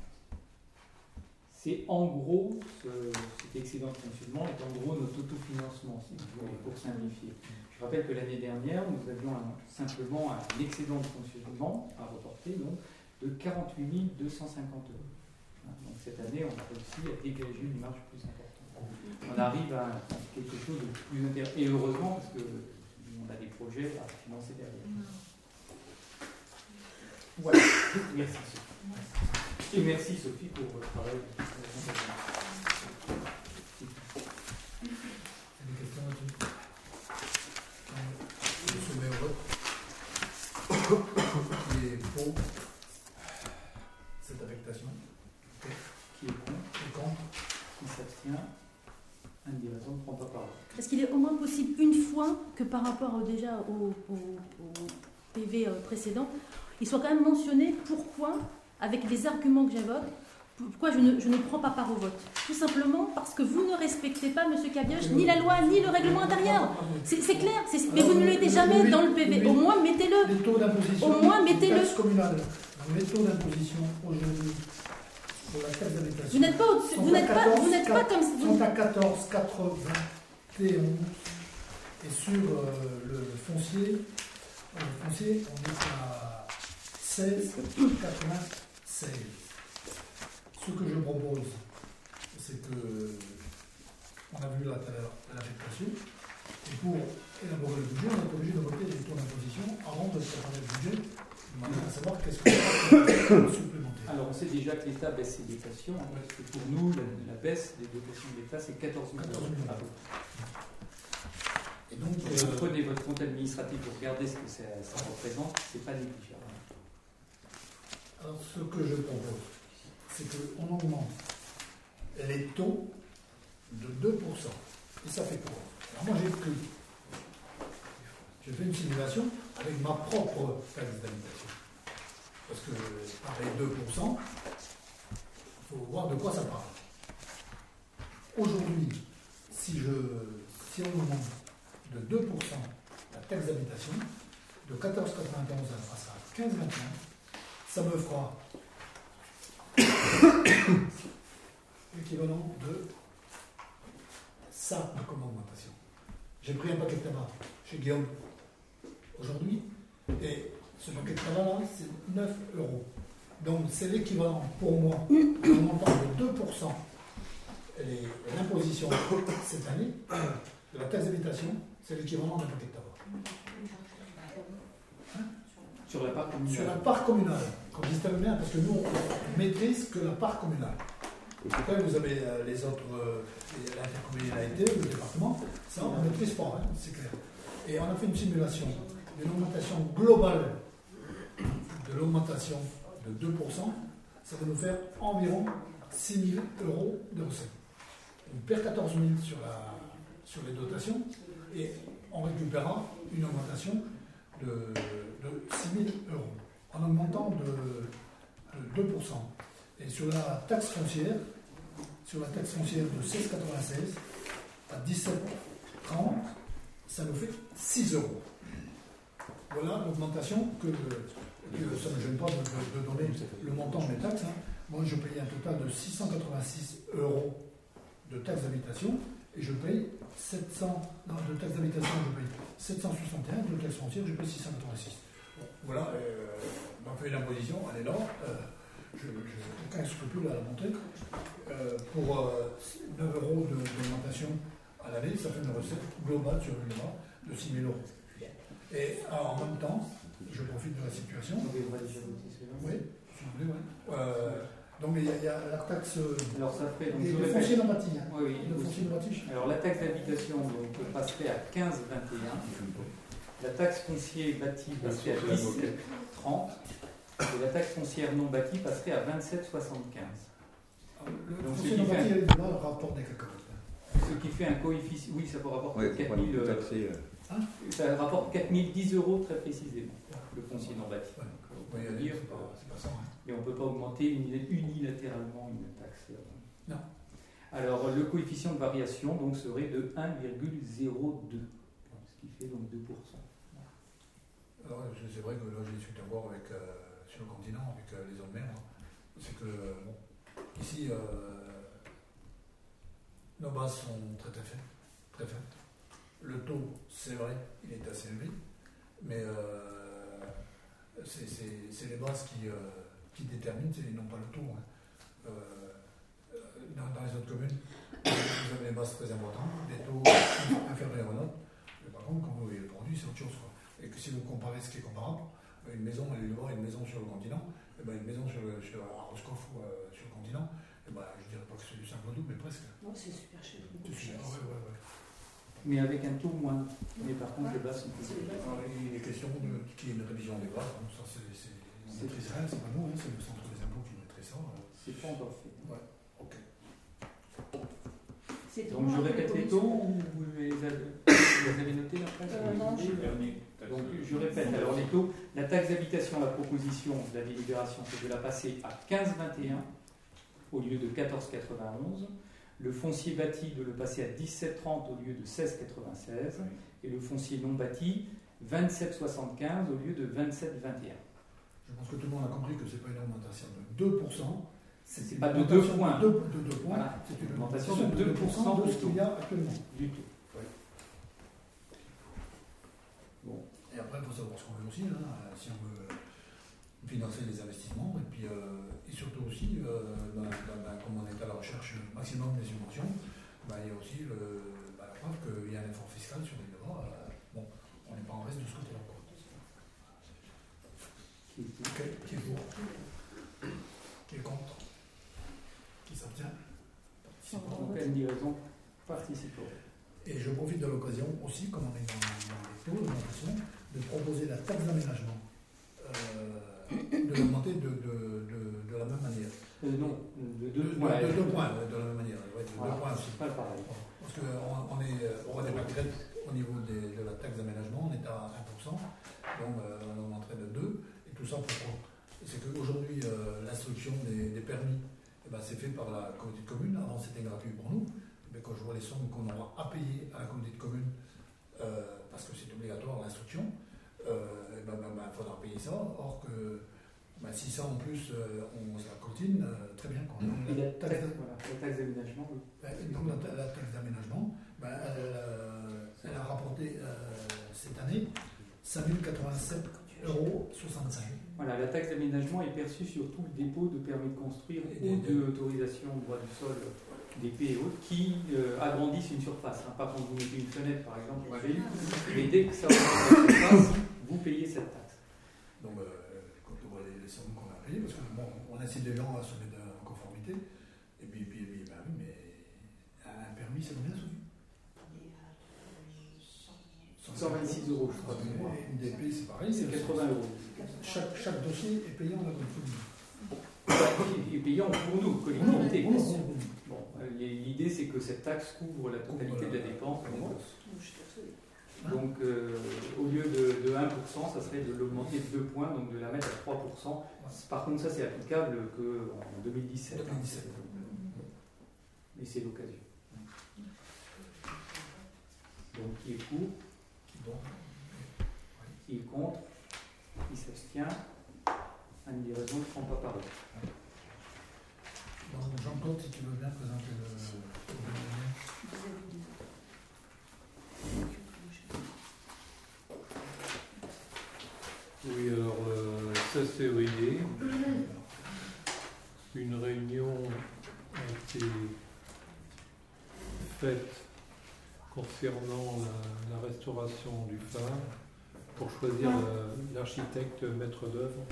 C'est en gros, ce, cet excédent de fonctionnement est en gros notre autofinancement, si vous voulez, pour simplifier. Je rappelle que l'année dernière, nous avions un, simplement un excédent de fonctionnement à reporter donc, de quarante-huit mille deux cent cinquante euros. Donc cette année, on a réussi à dégager une marge plus importante. On arrive à quelque chose de plus intéressant. Et heureusement, parce qu'on a des projets à financer derrière. Voilà. Merci Sophie. Et merci Sophie pour votre travail. Des questions là-dessus? Je se mets au vote. Qui est pour cette affectation? Qui est contre? Qui est contre? Qui s'abstient? Individuellement ne prend pas parole. Est-ce qu'il est au moins possible une fois que par rapport au, déjà au, au, au P V précédent, il soit quand même mentionné pourquoi, avec les arguments que j'évoque, pourquoi je ne, je ne prends pas part au vote. Tout simplement parce que vous ne respectez pas, M. Cabioche, ni la loi, ni le règlement intérieur. C'est, c'est clair, c'est, mais vous ne le mettez jamais dans le P V. Au moins, mettez-le. Les taux d'imposition. Au moins, mettez-le. Taxe communale. Les taux d'imposition aujourd'hui pour la taxe d'habitation. Vous n'êtes pas au-dessus. Vous n'êtes pas, vous n'êtes pas comme Ils sont à quatorze virgule quatre-vingt-onze et sur euh, le foncier, euh, le foncier, on est à seize virgule quatre-vingt-seize. Ce que je propose, c'est que, on a vu là tout à l'heure l'affectation, et pour élaborer le budget, on est obligé de voter les taux d'imposition avant de préparer le budget, de manière à savoir qu'est-ce qu'on va supplémenter. Alors on sait déjà que l'État baisse ses dotations, hein, parce que pour nous, la, la baisse des dotations de l'État, c'est quatorze mille euros. Et donc, Donc, euh, prenez votre compte administratif pour regarder ce que ça, ça représente, c'est pas négligeable. alors ce que je propose, c'est qu'on augmente les taux de deux pour cent. Et ça fait quoi? Alors moi j'ai pris, j'ai fait une simulation avec ma propre taxe d'habitation. Parce que par les deux pour cent, il faut voir de quoi ça parle. Aujourd'hui, si, je, si on augmente de deux pour cent la taxe d'habitation, de quatorze virgule quatre-vingt-onze elle passera à quinze virgule vingt et un, ça me fera l'équivalent de ça comme augmentation. J'ai pris un paquet de tabac chez Guillaume aujourd'hui, et ce paquet de tabac là, c'est neuf euros. Donc c'est l'équivalent pour moi d'un montant de deux pour cent les- l'imposition cette année de la taxe d'habitation, c'est l'équivalent d'un paquet de tabac. Sur la part Sur communale. la part communale, qu'on distingue bien, parce que nous, on maîtrise que la part communale. Après, vous avez euh, les autres, euh, les- l'intercommunalité, le département, ça, on ne maîtrise pas, hein, c'est clair. Et on a fait une simulation d'une augmentation globale de l'augmentation de deux pour cent, ça va nous faire environ six mille euros de recettes. On perd quatorze mille sur, la, sur les dotations et on récupérera une augmentation de, de six mille euros en augmentant de, de deux pour cent. Et sur la taxe foncière, sur la taxe foncière de seize virgule quatre-vingt-seize à dix-sept virgule trente, ça nous fait six euros. Voilà l'augmentation que, que ça ne me gêne pas de, de- de donner le montant des taxes. hein. Moi, je paye un total de six cent quatre-vingt-six euros de taxes d'habitation et je paye sept cents, non, de taxes d'habitation, je paye sept cent soixante et un, de taxes foncières, je paye six cent quatre-vingt-six. Bon, voilà, euh, ma feuille d'imposition, elle est là. Euh, je n'ai aucun scrupule à la montrer. Euh, pour euh, neuf euros de- d'augmentation à l'année, ça fait une recette globale sur le mois de six mille euros. Et alors, en même temps, je profite de la situation. Oui, si vous voulez, oui. Euh, donc il y, a- il y a la taxe euh, Alors ça fait. Donc, des je des répète. fonciers non bâtis. hein. Oui, oui. Le foncier non bâti. Alors la taxe d'habitation donc, passerait à quinze virgule vingt et un. La taxe foncière bâtie passerait à dix-sept virgule trente. Et la taxe foncière non bâtie passerait à vingt-sept virgule soixante-quinze. Le Donc, foncier ce non qui fait- bâti, il est là, le rapport des cacahuètes. Ce qui fait un coefficient. Oui, ça vous rapporte Ouais, quatre voilà, mille. tout euh, taxé, euh, Ça rapporte quatre mille dix euros très précisément, le foncier non bâti. Ouais. Donc, on Oui, peut allez, dire, c'est pas, c'est pas ça. hein. et on ne peut pas augmenter uni- unilatéralement une taxe. euh. Non. Alors le coefficient de variation donc, serait de un virgule zéro deux, ce qui fait donc deux pour cent. Alors, c'est c'est vrai que là, j'ai suite à voir avec, euh, sur le continent, avec euh, les autres mers. hein. C'est que, euh, bon, ici, euh, nos bases sont très très faibles. Très faibles. Le taux, c'est vrai, il est assez élevé, mais euh, c'est c'est- c'est les bases qui, euh, qui déterminent, c'est non pas le taux. hein. Euh, dans, dans les autres communes, vous avez des bases très importantes, des taux inférieurs aux nôtres, mais par contre, quand vous voyez le produit, c'est autre chose. Quoi. Et que si vous comparez ce qui est comparable, une maison à l'île et une maison sur le continent, et ben une maison sur, le, sur à Roscoff ou euh, sur le continent, et ben, je dirais pas que c'est du simple double, mais presque. Non, c'est super cher. C'est super. Ouais, ouais, ouais. Mais avec un taux moins. Mais par contre, les bases sont plus C'est les élevées. bases. Alors, il est question de qu'il y ait une révision des bases, hein. Ça c'est c'est- on maîtrise rien, c'est pas nous, hein, c'est le centre des impôts qui maîtrise ça. euh. C'est pas encore fait. Ok. C'est Donc je vraiment répète un peu les comme taux ou vous les avez, vous les avez notés après Euh, non, je- Donc je répète alors les taux. La taxe d'habitation, la proposition de la délibération, c'est de la passer à quinze virgule vingt et un au lieu de quatorze virgule quatre-vingt-onze. Le foncier bâti de le passer à dix-sept virgule trente au lieu de seize virgule quatre-vingt-seize. Et le foncier non bâti, vingt-sept virgule soixante-quinze au lieu de vingt-sept virgule vingt et un. Je pense que tout le monde a compris que c'est pas une augmentation de deux pour cent. C'est une pas de augmentation deux points. De deux, de deux points. Voilà. C'est une Augmentation augmentation de deux pour cent de ce qu'il y a actuellement. Du tout. Et après, il faut savoir ce qu'on veut aussi, hein, si on veut financer les investissements, et puis euh, et surtout aussi, euh, ben, ben, ben, comme on est à la recherche maximum des subventions, ben, il y a aussi le, ben, la preuve qu'il y a un effort fiscal sur les débats. Euh, bon, on n'est pas en reste de ce côté-là. quoi. Qui est tout. Ok, qui est pour Qui est contre Qui s'abstient Donc elle dit raison participant. Et je profite de l'occasion aussi, comme on est dans, dans les taux d'augmentation, de proposer la taxe d'aménagement, euh, de l'augmenter de, de, de, de la même manière. Euh, non, de De, deux de- points. de deux points, ouais, de la même manière. Ouais, de Voilà, deux points aussi. c'est pas pareil. Parce qu'on on est au roi des pâquerettes au niveau des- de la taxe d'aménagement, on est à un pour cent, donc euh, on augmenterait de deux, et tout ça pourquoi? C'est qu'aujourd'hui, euh, l'instruction des, des permis, eh ben, c'est fait par la communauté de communes, avant c'était gratuit pour nous, mais quand je vois les sommes qu'on aura à payer à la communauté de communes, euh, parce que c'est obligatoire l'instruction, euh, eh ben, ben, ben, faudra payer ça, or que ben, si ça en plus euh, on se la cotine, euh, très bien. Quoi. Donc, Et la la taxe taxe, voilà, la taxe d'aménagement, oui. Ouais, donc la, ta- la taxe d'aménagement, ben, elle, euh, elle a rapporté euh, cette année cinq mille quatre-vingt-sept euros soixante-cinq. Voilà, la taxe d'aménagement est perçue sur tout le dépôt de permis de construire Et ou des- d'autorisation de droit du sol des P et autres, qui euh, agrandissent une surface. Hein. Pas quand vous mettez une fenêtre, par exemple, vous avez eu, mais dès que ça augmente la surface, vous payez cette taxe. Donc, euh, quand on voit les, les sommes qu'on a payées, parce que bon, on incite les gens à se mettre en conformité, et puis, puis, puis bah oui, mais un permis, c'est combien, Sophie cent vingt-six euros, je crois. Une D P, c'est pareil. C'est quatre-vingts euros. Chaque, chaque dossier est payant dans la collectivité. Et payant pour nous, collectivité. Pour nous, pour nous. Bon, euh, l'idée c'est que cette taxe couvre la totalité de la dépense. Donc euh, au lieu de, de un pour cent, ça serait de l'augmenter de deux points, donc de la mettre à trois pour cent. Par contre, ça c'est applicable qu'en deux mille dix-sept. deux mille dix-sept. Mais c'est l'occasion. Donc qui est pour, qui est contre, qui s'abstient. Anne Diraison ne prend pas parole. Donc Jean-Claude, si tu veux bien présenter le... Oui, alors le seize février, une réunion a été faite concernant la, la restauration du phare pour choisir la- l'architecte maître d'œuvre.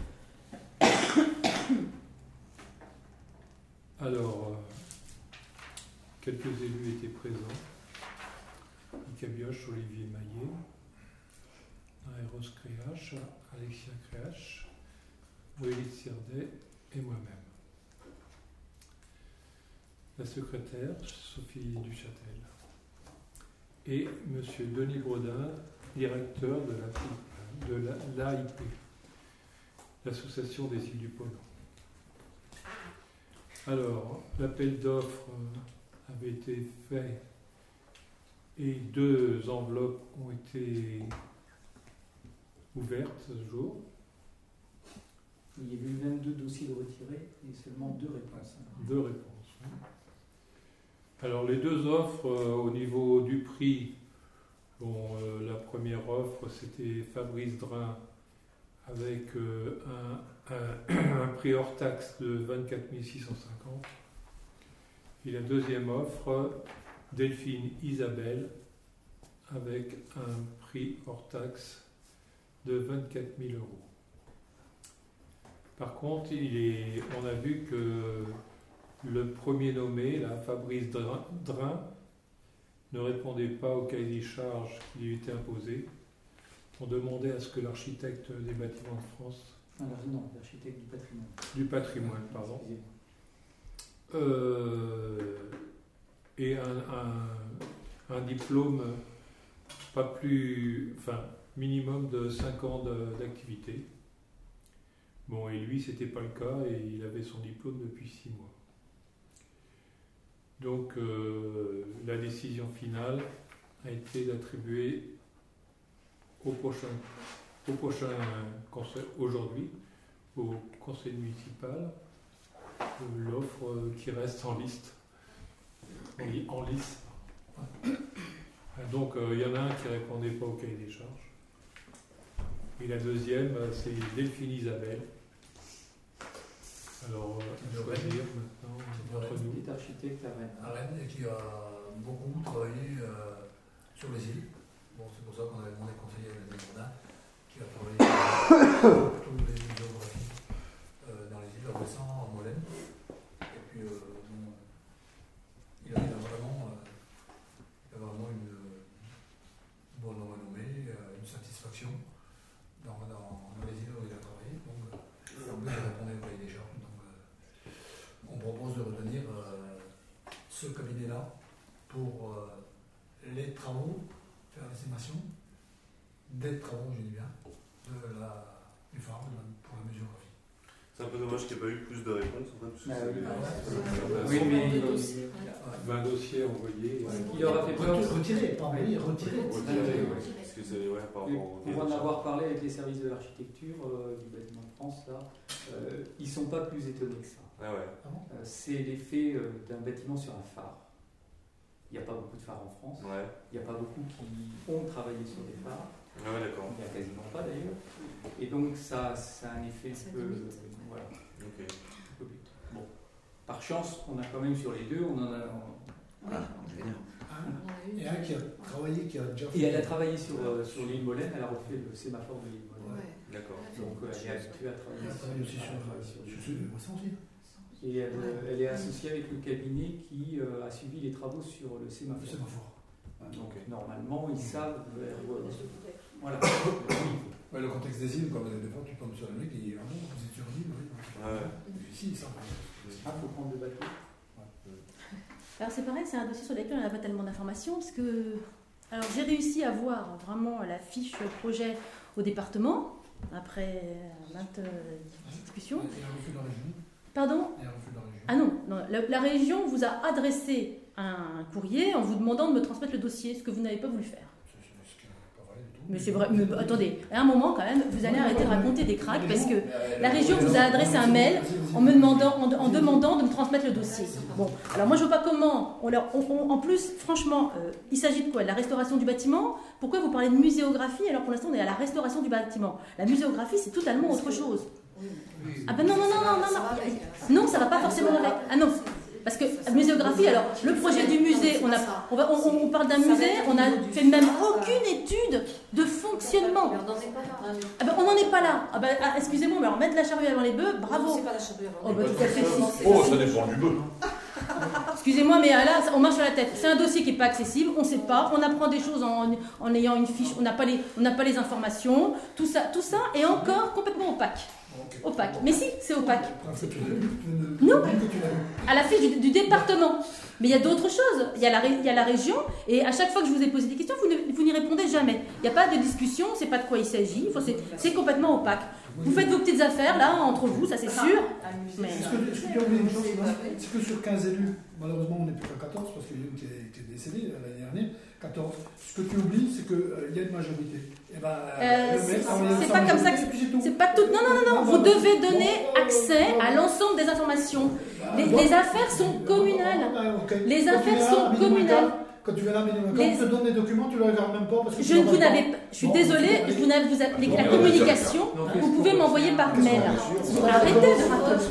Alors, euh, quelques élus étaient présents. Mika Bioche, Olivier Maillet, Aéros Créache, Alexia Créache, Moïse Sirdet et moi-même. La secrétaire, Sophie Duchâtel. Et M. Denis Brodin, directeur de la, de la, l'A I P, l'Association des îles du Pôle. Alors, l'appel d'offres avait été fait et deux enveloppes ont été ouvertes ce jour. Il y a eu vingt-deux dossiers de retirés et seulement deux réponses. Deux réponses. Oui. Alors, les deux offres, euh, au niveau du prix, bon, euh, la première offre, c'était Fabrice Drin avec euh, un, un, un prix hors taxe de vingt-quatre mille six cent cinquante. Et la deuxième offre, Delphine Isabelle, avec un prix hors taxe de vingt-quatre mille euros. Par contre, il est, on a vu que le premier nommé, là, Fabrice Drin, Drin, ne répondait pas au cahier des charges qui lui était imposé. On demandait à ce que l'architecte des bâtiments de France, Alors, non, l'architecte du patrimoine. du patrimoine, pardon, Excusez-moi. euh, ait un, un, un diplôme pas plus, enfin, minimum de cinq ans de- d'activité. Bon, et lui, c'était pas le cas, et il avait son diplôme depuis six mois. Donc, euh, la décision finale a été d'attribuer au prochain, au prochain conseil, aujourd'hui, au conseil municipal, euh, l'offre euh, qui reste en liste, en, li- en lice. Donc, il euh, y en a un qui ne répondait pas au cahier des charges. Et la deuxième, euh, c'est Delphine Isabelle. Alors, euh, De à choisir Rennes. maintenant De entre Rennes. nous. Il est architecte à Rennes. à Rennes et qui a beaucoup travaillé euh, sur les îles. Bon, c'est pour ça qu'on avait demandé conseiller à Denis Bourdin, qui a travaillé sur toutes les géographies euh, dans les îles, à Ouessant, en Molène. Et puis, euh, bon, il a, il a vraiment, euh, il a vraiment une euh, bonne renommée, euh, une satisfaction dans, dans, dans les îles où il a travaillé. Donc, euh, en plus, il répondait au cahier des charges. Donc, euh, on propose de retenir euh, ce cabinet-là pour euh, les travaux, faire l'estimation des travaux, je dis bien, de la, du phare de la- pour la muséographie. C'est un peu dommage qu'il n'y ait pas eu plus de réponses en fait, parce que Ah c'est- oui. c'est- Oui, c'est- mais vingt dossiers envoyés. il aura fait peur. Retiré, retiré, pas envoyé, retiré. Retiré, ouais. Parce que c'est ouais, par Et rapport au pour en avoir parlé avec les services de l'architecture euh, du bâtiment de France, là, euh, ils ne sont pas plus étonnés que ça. Ah ouais. Euh, c'est l'effet euh, d'un bâtiment sur un phare. Il n'y a pas beaucoup de phares en France. Ouais. Il n'y a pas beaucoup qui ont travaillé sur des phares. Ah ouais, d'accord. Il n'y a quasiment pas d'ailleurs. Et donc ça, ça a un effet Ça un peu. limite. euh, voilà. Ok. un peu but. Bon. par chance, on a quand même sur les deux, on en a. Ah, génial. Et un qui a travaillé, qui a déjà fait. Et elle a travaillé sur, euh, sur l'île Molène, elle a refait le sémaphore de l'île Molène. Ouais. D'accord. Donc euh, elle est habituée à travailler Elle a travaillé aussi sur, sur, sur celui de Boisson aussi. Et elle, euh, elle est associée avec le cabinet qui euh, a suivi les travaux sur le Le sémaphore. sémaphore. Donc normalement, ils savent vers où. Voilà. Ouais, le contexte des îles, comme des fois tu tombes sur un mec qui dit ah bon, vous êtes sur l'île, oui. Ouais. Si, ça. Ah, faut prendre le bateau. Alors c'est pareil, c'est un dossier sur lequel on n'a pas tellement d'informations, parce que alors j'ai réussi à voir vraiment la fiche projet au département, après maintes euh, discussions. Et un refus de la région. Pardon Et un refus de la région. Ah non, non la, la région vous a adressé un courrier en vous demandant de me transmettre le dossier, ce que vous n'avez pas voulu faire. C'est ce qui n'est pas vrai du tout. Mais c'est vrai, mais attendez, à un moment quand même, vous allez arrêter de raconter des cracks, parce que la région Euh, vous a adressé un mail en me demandant, en, en demandant de me transmettre le dossier. Bon, alors moi je vois pas comment. On leur, on, on, en plus, franchement, euh, il s'agit de quoi? De la restauration du bâtiment? Pourquoi vous parlez de muséographie alors pour l'instant on est à la restauration du bâtiment? La muséographie c'est totalement autre chose. Ah ben non non non non non non. Non, ça va pas forcément avec. Ah non. Parce que la muséographie, alors le projet du musée, on, a, on, va, on, on parle d'un musée, on n'a fait même aucune étude de fonctionnement. Ah ben, on n'en est pas là. Ah ben, ah, excusez-moi, mais alors mettre la charrue avant les bœufs, bravo. C'est pas la charrue avant Oh ben tout à fait si. Oh, ça dépend du bœuf. Excusez-moi, mais là, on marche sur la tête. C'est un dossier qui n'est pas accessible, on ne sait pas, on apprend des choses en, en ayant une fiche, on n'a pas, pas les informations, tout ça, tout ça est encore complètement opaque. Opaque. Mais si, c'est opaque. Non, à la fiche du, du département. Mais il y a d'autres choses. Il y a, la, il y a la région, et à chaque fois que je vous ai posé des questions, vous, ne, vous n'y répondez jamais. Il n'y a pas de discussion, c'est pas de quoi il s'agit, c'est complètement opaque. Vous faites vos petites affaires, là, entre vous, ça c'est sûr. Mais... Est-ce que, est-ce que tu as oublié une chose, c'est que sur quinze élus, malheureusement on n'est plus qu'à quatorze, parce qu'il y a une qui est, qui est décédée l'année dernière, quatorze. Ce que tu oublies, c'est qu'il euh, y a une majorité. Et ben, euh, c'est pas comme ça que c'est pas tout. Non, non, non, non. Vous devez donner accès à l'ensemble des informations. Les, les affaires sont communales. Les affaires sont communales. Quand tu verras minimum, quand on te donne des documents, tu ne les regardes même pas parce que je vous n'avez pas. Je suis désolée, vous n'avez vous avez, la communication, vous pouvez m'envoyer par mail. Arrêtez de raconter.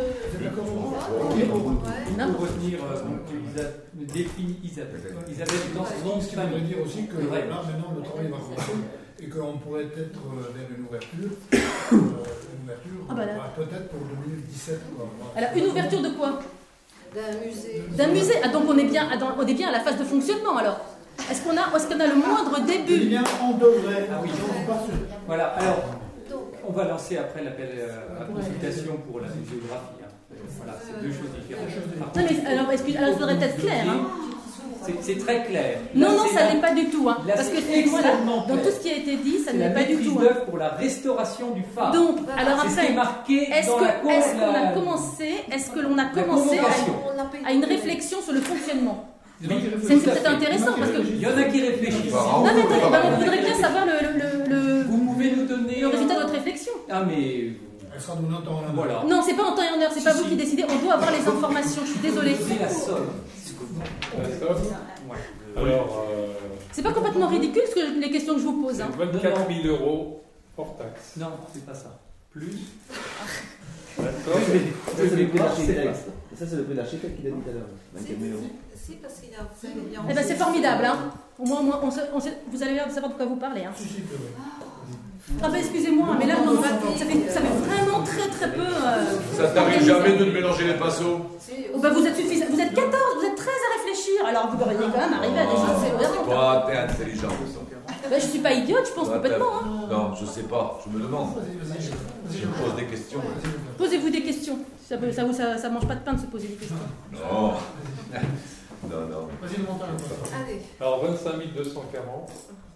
Pour retenir le défi Isabelle. Isabelle dans son nom, ce qui veut dire aussi que là maintenant le travail va commencer et qu'on pourrait être vers une ouverture, une ouverture ah bah peut-être pour deux mille dix-sept. Alors une ouverture de quoi? D'un musée. D'un musée. Ah, donc on est bien, on est bien à la phase de fonctionnement alors. Est-ce qu'on a, est-ce qu'on a le moindre début? Eh bien, on devrait. Ah oui. Voilà. Alors, on va lancer après l'appel à consultation pour la muséographie. Hein. Voilà, c'est deux choses différentes. Non mais alors, excusez, alors il faudrait être clair. Hein. C'est très clair. Non, là, non, ça n'est la... pas du tout. Hein. Parce que excusez-moi, dans tout ce qui a été dit, ça n'est pas du tout. C'est la pour la restauration du phare. Donc, alors c'est après, ce qui est marqué est-ce dans que, la cour, est-ce qu'on la... a commencé, est-ce que l'on a commencé à, à une réflexion sur le fonctionnement? C'est peut-être intéressant parce que il y en a qui réfléchissent. Non mais attendez, bah, on voudrait bien savoir le, le, le, vous pouvez nous donner le résultat de votre réflexion. Ah mais elle sera donnée en temps et en heure. Voilà. Non, c'est pas en temps et en heure, c'est pas vous qui décidez. On doit avoir les informations. Je suis désolée. C'est la somme. La somme. Alors, euh, c'est pas complètement ridicule ce que, les questions que je vous pose. Hein. vingt-quatre mille euros hors taxe. Non, c'est pas ça. Plus. D'accord. Ça, c'est le prix d'architecte. Ça, c'est le prix d'architecte qu'il a dit tout à l'heure. vingt-quatre mille euros. Si, parce qu'il y a. Eh ben, c'est formidable. Hein. Au moins, au moins on se, on se, vous allez savoir de quoi vous parlez. Hein. Ah ben excusez-moi, mais là, non, ça, fait, ça fait vraiment très très peu. Euh, ça t'arrive jamais de mélanger les pinceaux? Oh ben vous êtes suffisant. Vous êtes quatorze, vous êtes treize à réfléchir. Alors vous devriez quand même arriver à des choses sérieuses. Toi, t'es intelligent. Ben, je suis pas idiote, je pense Toi, complètement. Hein. Non, je sais pas, je me demande. Je me pose des questions. Posez-vous des questions. Ça, peut, ça, ça, ça mange pas de pain de se poser des questions. Non. Non, non. Vas-y, le montant. Allez. Alors vingt-cinq mille deux cent quarante.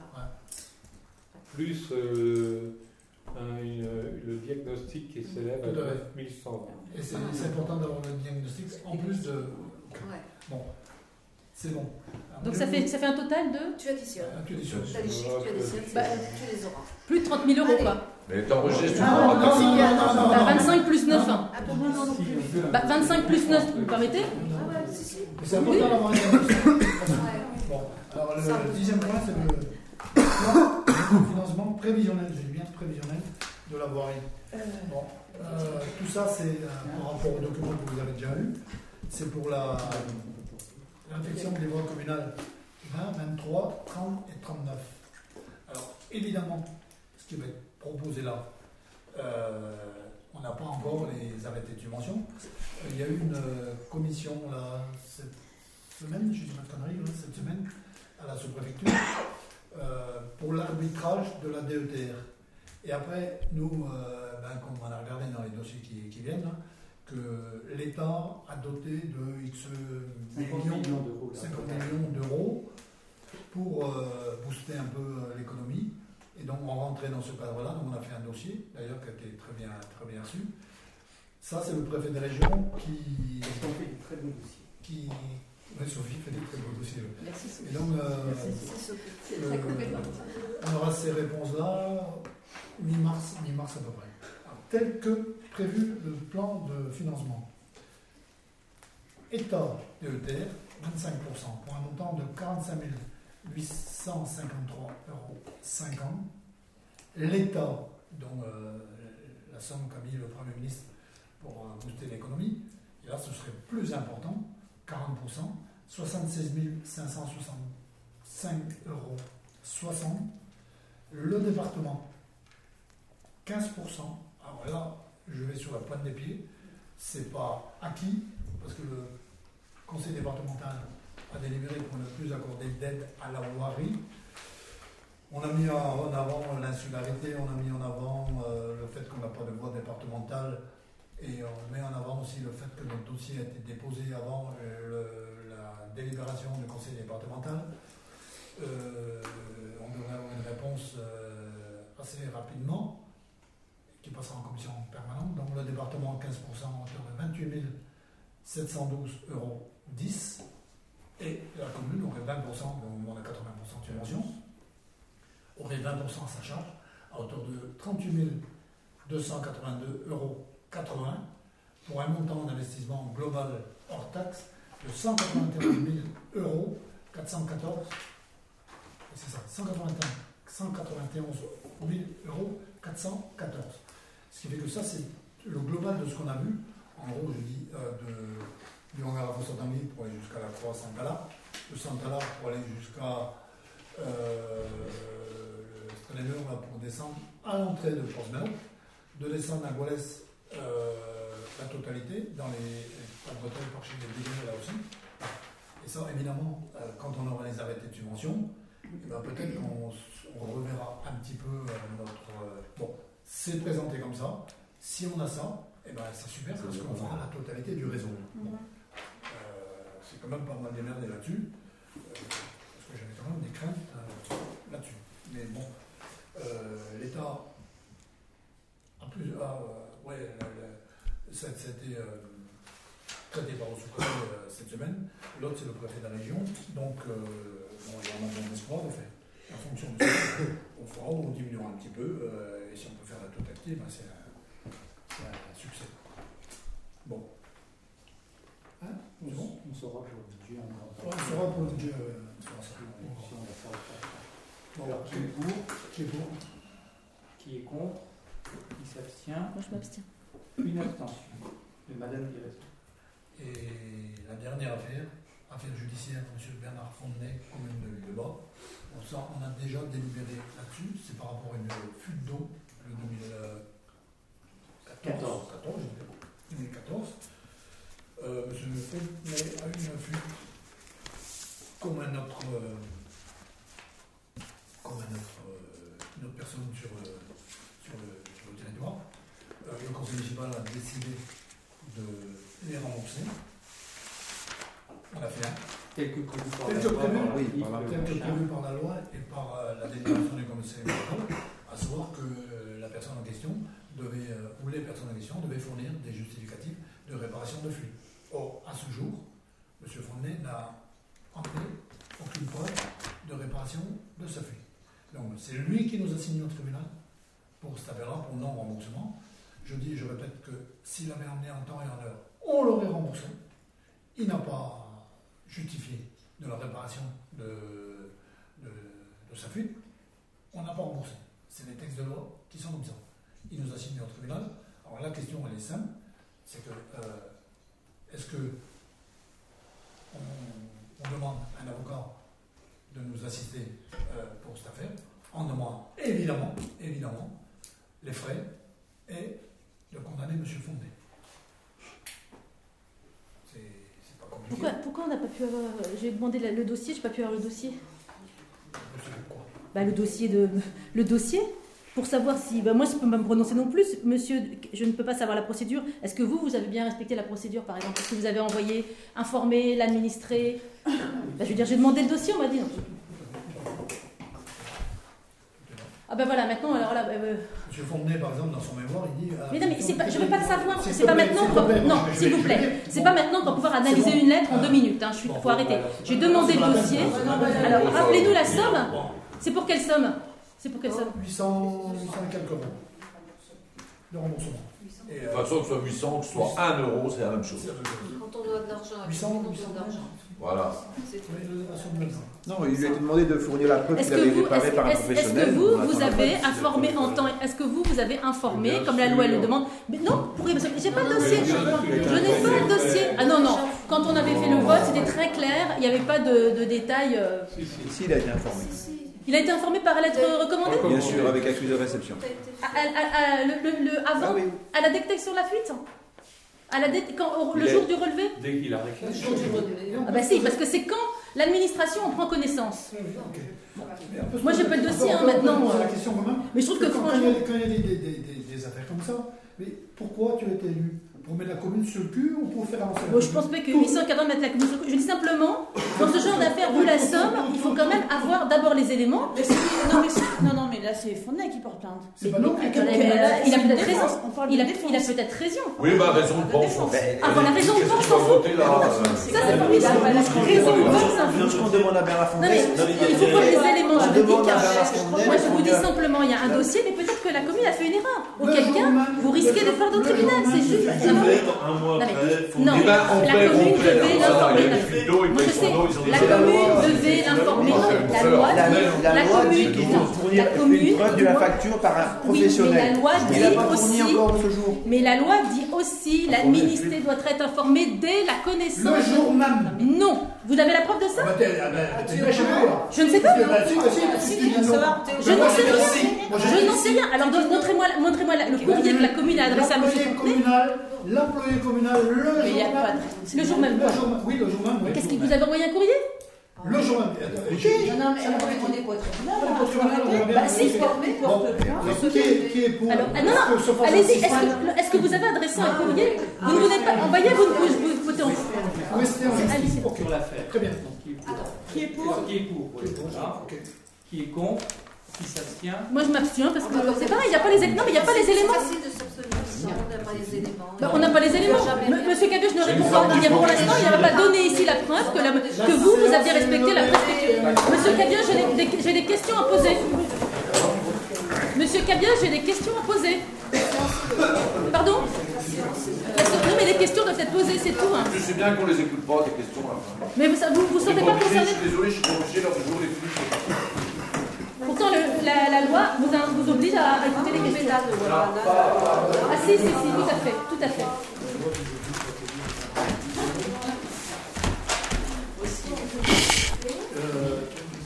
Plus euh, un, une, le diagnostic qui s'élève à neuf mille cent vingt. Et c'est, c'est important d'avoir le diagnostic en plus de. Ouais. Bon, c'est bon. Alors, donc ça fait, ça fait un total de. Tu additionnes. Ah, tu additionnes. Tu as les chiffres, tu additionnes, bah, tu les auras. Plus de trente mille euros quoi. Mais t'enregistres, tu Ah, prends non, non, non, non, non, bah, non. vingt-cinq plus neuf. Hein. Ah, pour moi, non, non plus. Bah, vingt-cinq plus neuf, vous me permettez? Ah, ouais, si, si. C'est important d'avoir un diagnostic. Ouais. Bon, alors le dixième point, c'est le plan financement prévisionnel, j'ai bien prévisionnel, de la voirie. Bon, euh, tout ça, c'est euh, par rapport aux documents que vous avez déjà eus. C'est pour la l'infection des voies communales vingt, vingt-trois, trente et trente-neuf. Alors, évidemment, ce qui va être proposé là, euh, on n'a pas encore les arrêtés de subvention. Il y a eu une euh, commission là, cette semaine, je dis pas de conneries, hein, cette semaine, à la sous-préfecture, euh, pour l'arbitrage de la D E T R. Et après, nous, euh, ben, comme on a regardé dans les dossiers qui, qui viennent, là, que l'État a doté de X cinquante millions, millions d'euros. là. cinquante millions d'euros pour euh, booster un peu euh, l'économie. Et donc, on rentrait dans ce cadre-là. Donc, on a fait un dossier, d'ailleurs, qui a été très bien, très bien reçu. Ça, c'est le préfet des régions qui. Parce qu'on fait du très bon dossier. qui ouais, Sophie fait des très beaux dossiers. Ouais. Merci Et Sophie. donc, euh, Merci Sophie. C'est euh, très compétent. on aura ces réponses-là mi-mars, mi-mars à peu près. Alors, tel que prévu le plan de financement. État D E T R, vingt-cinq pour cent, pour un montant de quarante-cinq mille huit cent cinquante-trois euros cinquante. L'État, dont euh, la somme qu'a mis le Premier ministre pour euh, booster l'économie, et là ce serait plus important, quarante pour cent, soixante-seize mille cinq cent soixante-cinq euros soixante. Le département, quinze pour cent. Alors là, je vais sur la pointe des pieds. C'est pas acquis, parce que le conseil départemental a délibéré pour ne plus accorder d'aide à la voirie. On a mis en avant l'insularité, on a mis en avant euh, le fait qu'on n'a pas de voie départementale, et on met en avant aussi le fait que notre dossier a été déposé avant euh, le, la délibération du conseil départemental. Euh, on devrait avoir une réponse euh, assez rapidement, qui passera en commission permanente. Donc le département, quinze pour cent, à hauteur de vingt-huit mille sept cent douze euros dix, et la commune aurait vingt pour cent, donc on a quatre-vingts pour cent de subvention, aurait vingt pour cent à sa charge, à hauteur de trente-huit mille deux cent quatre-vingt-deux euros quatre-vingts, pour un montant d'investissement global hors taxe de cent quatre-vingt-onze mille euros quatre cent quatorze. C'est ça, cent quatre-vingt-onze mille euros quatre cent quatorze. Ce qui fait que ça, c'est le global de ce qu'on a vu. En gros, je dis euh, de, du hangar à Fossatangui pour aller jusqu'à la croix Santala, de Santala pour aller jusqu'à euh, le Strainer pour descendre à l'entrée de Portsmouth, de descendre à Goles euh, la totalité, dans les pas de bretelles par chez les délégués là aussi. Et ça, évidemment, euh, quand on aura les arrêtés de subvention, eh ben, peut-être qu'on on reverra un petit peu euh, notre. Euh, bon, c'est présenté comme ça. Si on a ça, eh ben, c'est super parce qu'on fera la totalité du réseau. Bon. Euh, c'est quand même pas mal démerdé là-dessus, euh, parce que j'avais quand même des craintes euh, là-dessus. Mais bon, euh, l'État a plus. Ah, euh, ouais, ça a été euh, traité par le sous-préfet euh, cette semaine. L'autre, c'est le préfet de la région. Donc, euh, bon, il y en a bon espoir de faire. En fonction de ça, on fera ou on diminuera un petit peu. Euh, et si on peut faire la totalité, ben c'est un, c'est un succès. Bon. Hein, c'est bon. On saura pour le budget. On saura pour le budget. Euh, on saura ça. Si on va faire le faire. Bon, Alors, qui est pour? Qui est pour? Qui est contre? Qui s'abstient? Moi, je m'abstiens. Une abstention. De Madame Guérison. Et la dernière affaire, affaire judiciaire de M. Bernard Fontenay, commune de Villebas. Bon, ça, on a déjà délibéré là-dessus. C'est par rapport à une fuite d'eau, le deux mille quatorze. deux mille quatorze. Euh, M. Fontenay a eu une fuite comme un autre, euh, comme un autre, euh, une autre personne sur, euh, sur, le, sur le territoire. Euh, le conseil municipal a décidé de les rembourser. On a fait un. Tel que prévu par Tel la que loi. prévu, par oui, l'article par la- tel que machin. prévu par la loi et par euh, la délibération du conseil municipal, à savoir que euh, la personne en question devait, euh, ou les personnes en question devaient fournir des justificatifs de réparation de fuite. Or, à ce jour, M. Fontenay n'a entré aucune preuve de réparation de sa fuite. Donc, c'est lui qui nous a signé au tribunal pour cette affaire-là, pour non-remboursement. Je dis, je répète que s'il avait emmené en temps et en heure, on l'aurait remboursé. Il n'a pas justifié de la réparation de, de, de sa fuite. On n'a pas remboursé. C'est les textes de loi qui sont comme ça. il nous a signé au tribunal. Alors la question, elle est simple, c'est que, euh, est-ce que on, on demande à un avocat de nous assister euh, pour cette affaire, on demande évidemment, évidemment, les frais et de condamner M. Fondé. C'est c'est pas compliqué. Pourquoi, pourquoi on n'a pas pu avoir... J'ai demandé la- le dossier, j'ai pas pu avoir le dossier. Monsieur quoi Bah, le dossier de... Le dossier pour savoir si... Bah, moi, je ne peux pas me prononcer non plus. Monsieur, je ne peux pas savoir la procédure. Est-ce que vous, vous avez bien respecté la procédure, par exemple? Est-ce que vous avez envoyé, informé, l'administré? Bah, je veux dire, j'ai demandé le dossier, on m'a dit non. Ah ben voilà, maintenant, alors là... Euh... M. Fondé, par exemple, dans son mémoire, il dit... Euh, Mais non, mais c'est pas, je ne veux pas le savoir. S'il C'est te pas plaît, maintenant. s'il te plaît, Non, je vais- s'il je vous vais- plaît. C'est bon. pas maintenant qu'on va pouvoir analyser C'est bon. une lettre en Ah. deux minutes. Hein. Il faut arrêter. J'ai demandé le dossier. Alors, rappelez-nous la somme. C'est pour quelle somme? C'est pour quelle somme? huit cents, huit cents et quelques euros de remboursement. Et, De euh, toute façon, que ce soit huit cents, que ce soit un euro, c'est la même chose. c'est la même chose. Quand on doit de l'argent, huit cents, on huit cents doit d'argent. Voilà. C'est tout. Mais le- la somme même temps. Non, il lui a été demandé de fournir la preuve Est-ce qu'il que avait vous, réparée est-ce, par un est-ce- est-ce professionnel. que vous, On vous attend la avez preuve. informé en temps? Est-ce que vous, vous avez informé, Bien comme la loi sûr. le demande? Mais non, pourquoi? Parce que j'ai pas de Non, non, dossier. mais bien sûr. Je n'ai pas de dossier. Ah non, non. Quand on avait fait le vote, c'était très clair. Il n'y avait pas de, de détails. euh. Si, si. Si, il a été informé. Si, si. Il a été informé par lettre recommandée Bien sûr, avec accusé de réception. T'as été fait. À- à- à- le, le- le- Ah avant, oui. à la détection de la fuite, à la dé- quand, au- le Il est- jour du relevé. Dès qu'il a réclamé. Le jour du relevé. Ah bah si, parce que c'est quand l'administration en prend connaissance. Oui, ok. Mais on peut se Moi, j'ai poser- pas le on peut- dossier, on hein, peut- on peut maintenant, poser euh. la question quand même. Mais je trouve que Quand- quand il y franchement, a- Quand il y a des, des, des, des- des affaires comme ça, mais pourquoi tu as été élu? Pour mettre la commune sur le cul ou pour faire avancer la bon, je commune? pense pas que huit cent quarante mètres la commune. Je dis simplement, dans ce genre d'affaires, vu la somme, il faut quand même avoir d'abord les éléments. Mais c'est- non, mais c'est- non, non, mais là, c'est Fondé qui porte plainte. C'est pas nous qui- Euh, qui- euh, qui- il a C'est une peut-être défense, raison. on parle de Il a, défense. il a peut-être raison. Oui, bah, raison de pense. Ah, voilà, raison de pense, on s'en fout. Là, euh, Ça, c'est formidable. Raison de pense, ça. Lorsqu'on demande à Bernard Non, mais Fondès, il faut voir les éléments on juridiques. demande à hein. Bernard Fondès. Moi, je vous dis on- simplement, il y a un dossier, mais peut-être que la commune a fait une erreur. Le Auquel jour cas, même- vous risquez le de faire jour- d'autres le jour tribunal. même, C'est juste. c'est- Non, c'est- non. Un mois Non, après, mais- faut non, Eh ben, on la paie, on commune paie. devait Alors, ça, l'informer. il y a des fuites d'eau, ils Moi, je payent son sais, eau, ils ont des la salaires. commune devait l'informer. Non, La c'est loi une dit, La, la loi dit commune, qu'il non, faut fournir la commune une preuve de la doit- facture par un Oui, mais professionnel. la loi Il n'a dit pas fourni aussi- encore ce jour. Mais la loi dit aussi, l'administré doit être informé dès la connaissance. Le jour même. Non, vous avez la preuve de ça? Ah bah, t'es- ah bah, t'es méchant, là. Je ne sais pas. Bah, si, bah, si, bah, si, tu dis non. Je n'en sais rien. Moi, j'ai Je dit n'en sais rien. Alors donc, montrez-moi, montrez-moi la- le courrier que la commune a adressé à M. L'employé Fontenay. communal, l'employé communal, le jour Mais il y a pas même. de- Le jour même, Le quoi. jour même, oui, le jour même, oui. Qu'est-ce que vous avez envoyé un courrier? Le jour même. Attends, Non, non, mais elle a demandé quoi? Pas de tribunal, on verra bien. Bah, si, Formé, Bon, porte plainte. alors, qui est, qui est pour Alors, ah, non, non, que ce fasse allez-y, un est-ce que, est-ce que vous avez adressé un courrier? Vous ne vous êtes pas envoyé, vous ne vous, vous votez en. Restez en justice. Allez-y. Ok, Sur l'affaire. très bien. Donc, qui est pour? Qui est pour Qui est pour? oui, voilà. Ok. Qui est contre? Qui s'abstient? Moi, je m'abstiens parce que c'est pareil, il n'y a pas les éléments. Non, mais il n'y a pas les éléments. C'est facile de s'abstenir si on n'a pas les éléments. Bah, on n'a pas les éléments. M- Monsieur Cabieux, je ne réponds pas. Il y a pour l'instant, il n'aurait pas donné ici la preuve que, la- que vous, vous aviez respecté la prescription. Monsieur Cabieux, j'ai des, j'ai des questions à poser. Monsieur Cabieux, j'ai des questions à poser. Pardon? Est-ce que- Non, mais les questions doivent être posées, c'est tout. Hein. Je sais bien qu'on les écoute pas, tes questions. Là. Mais vous ne vous, vous Je sentez suis pas obligé, concerné? je suis désolé, je suis pas obligé, leur jour les flux. Pourtant, le- la, la loi vous, a- vous oblige à, à écouter les questions. Ah si, si, si, tout à fait, tout à fait.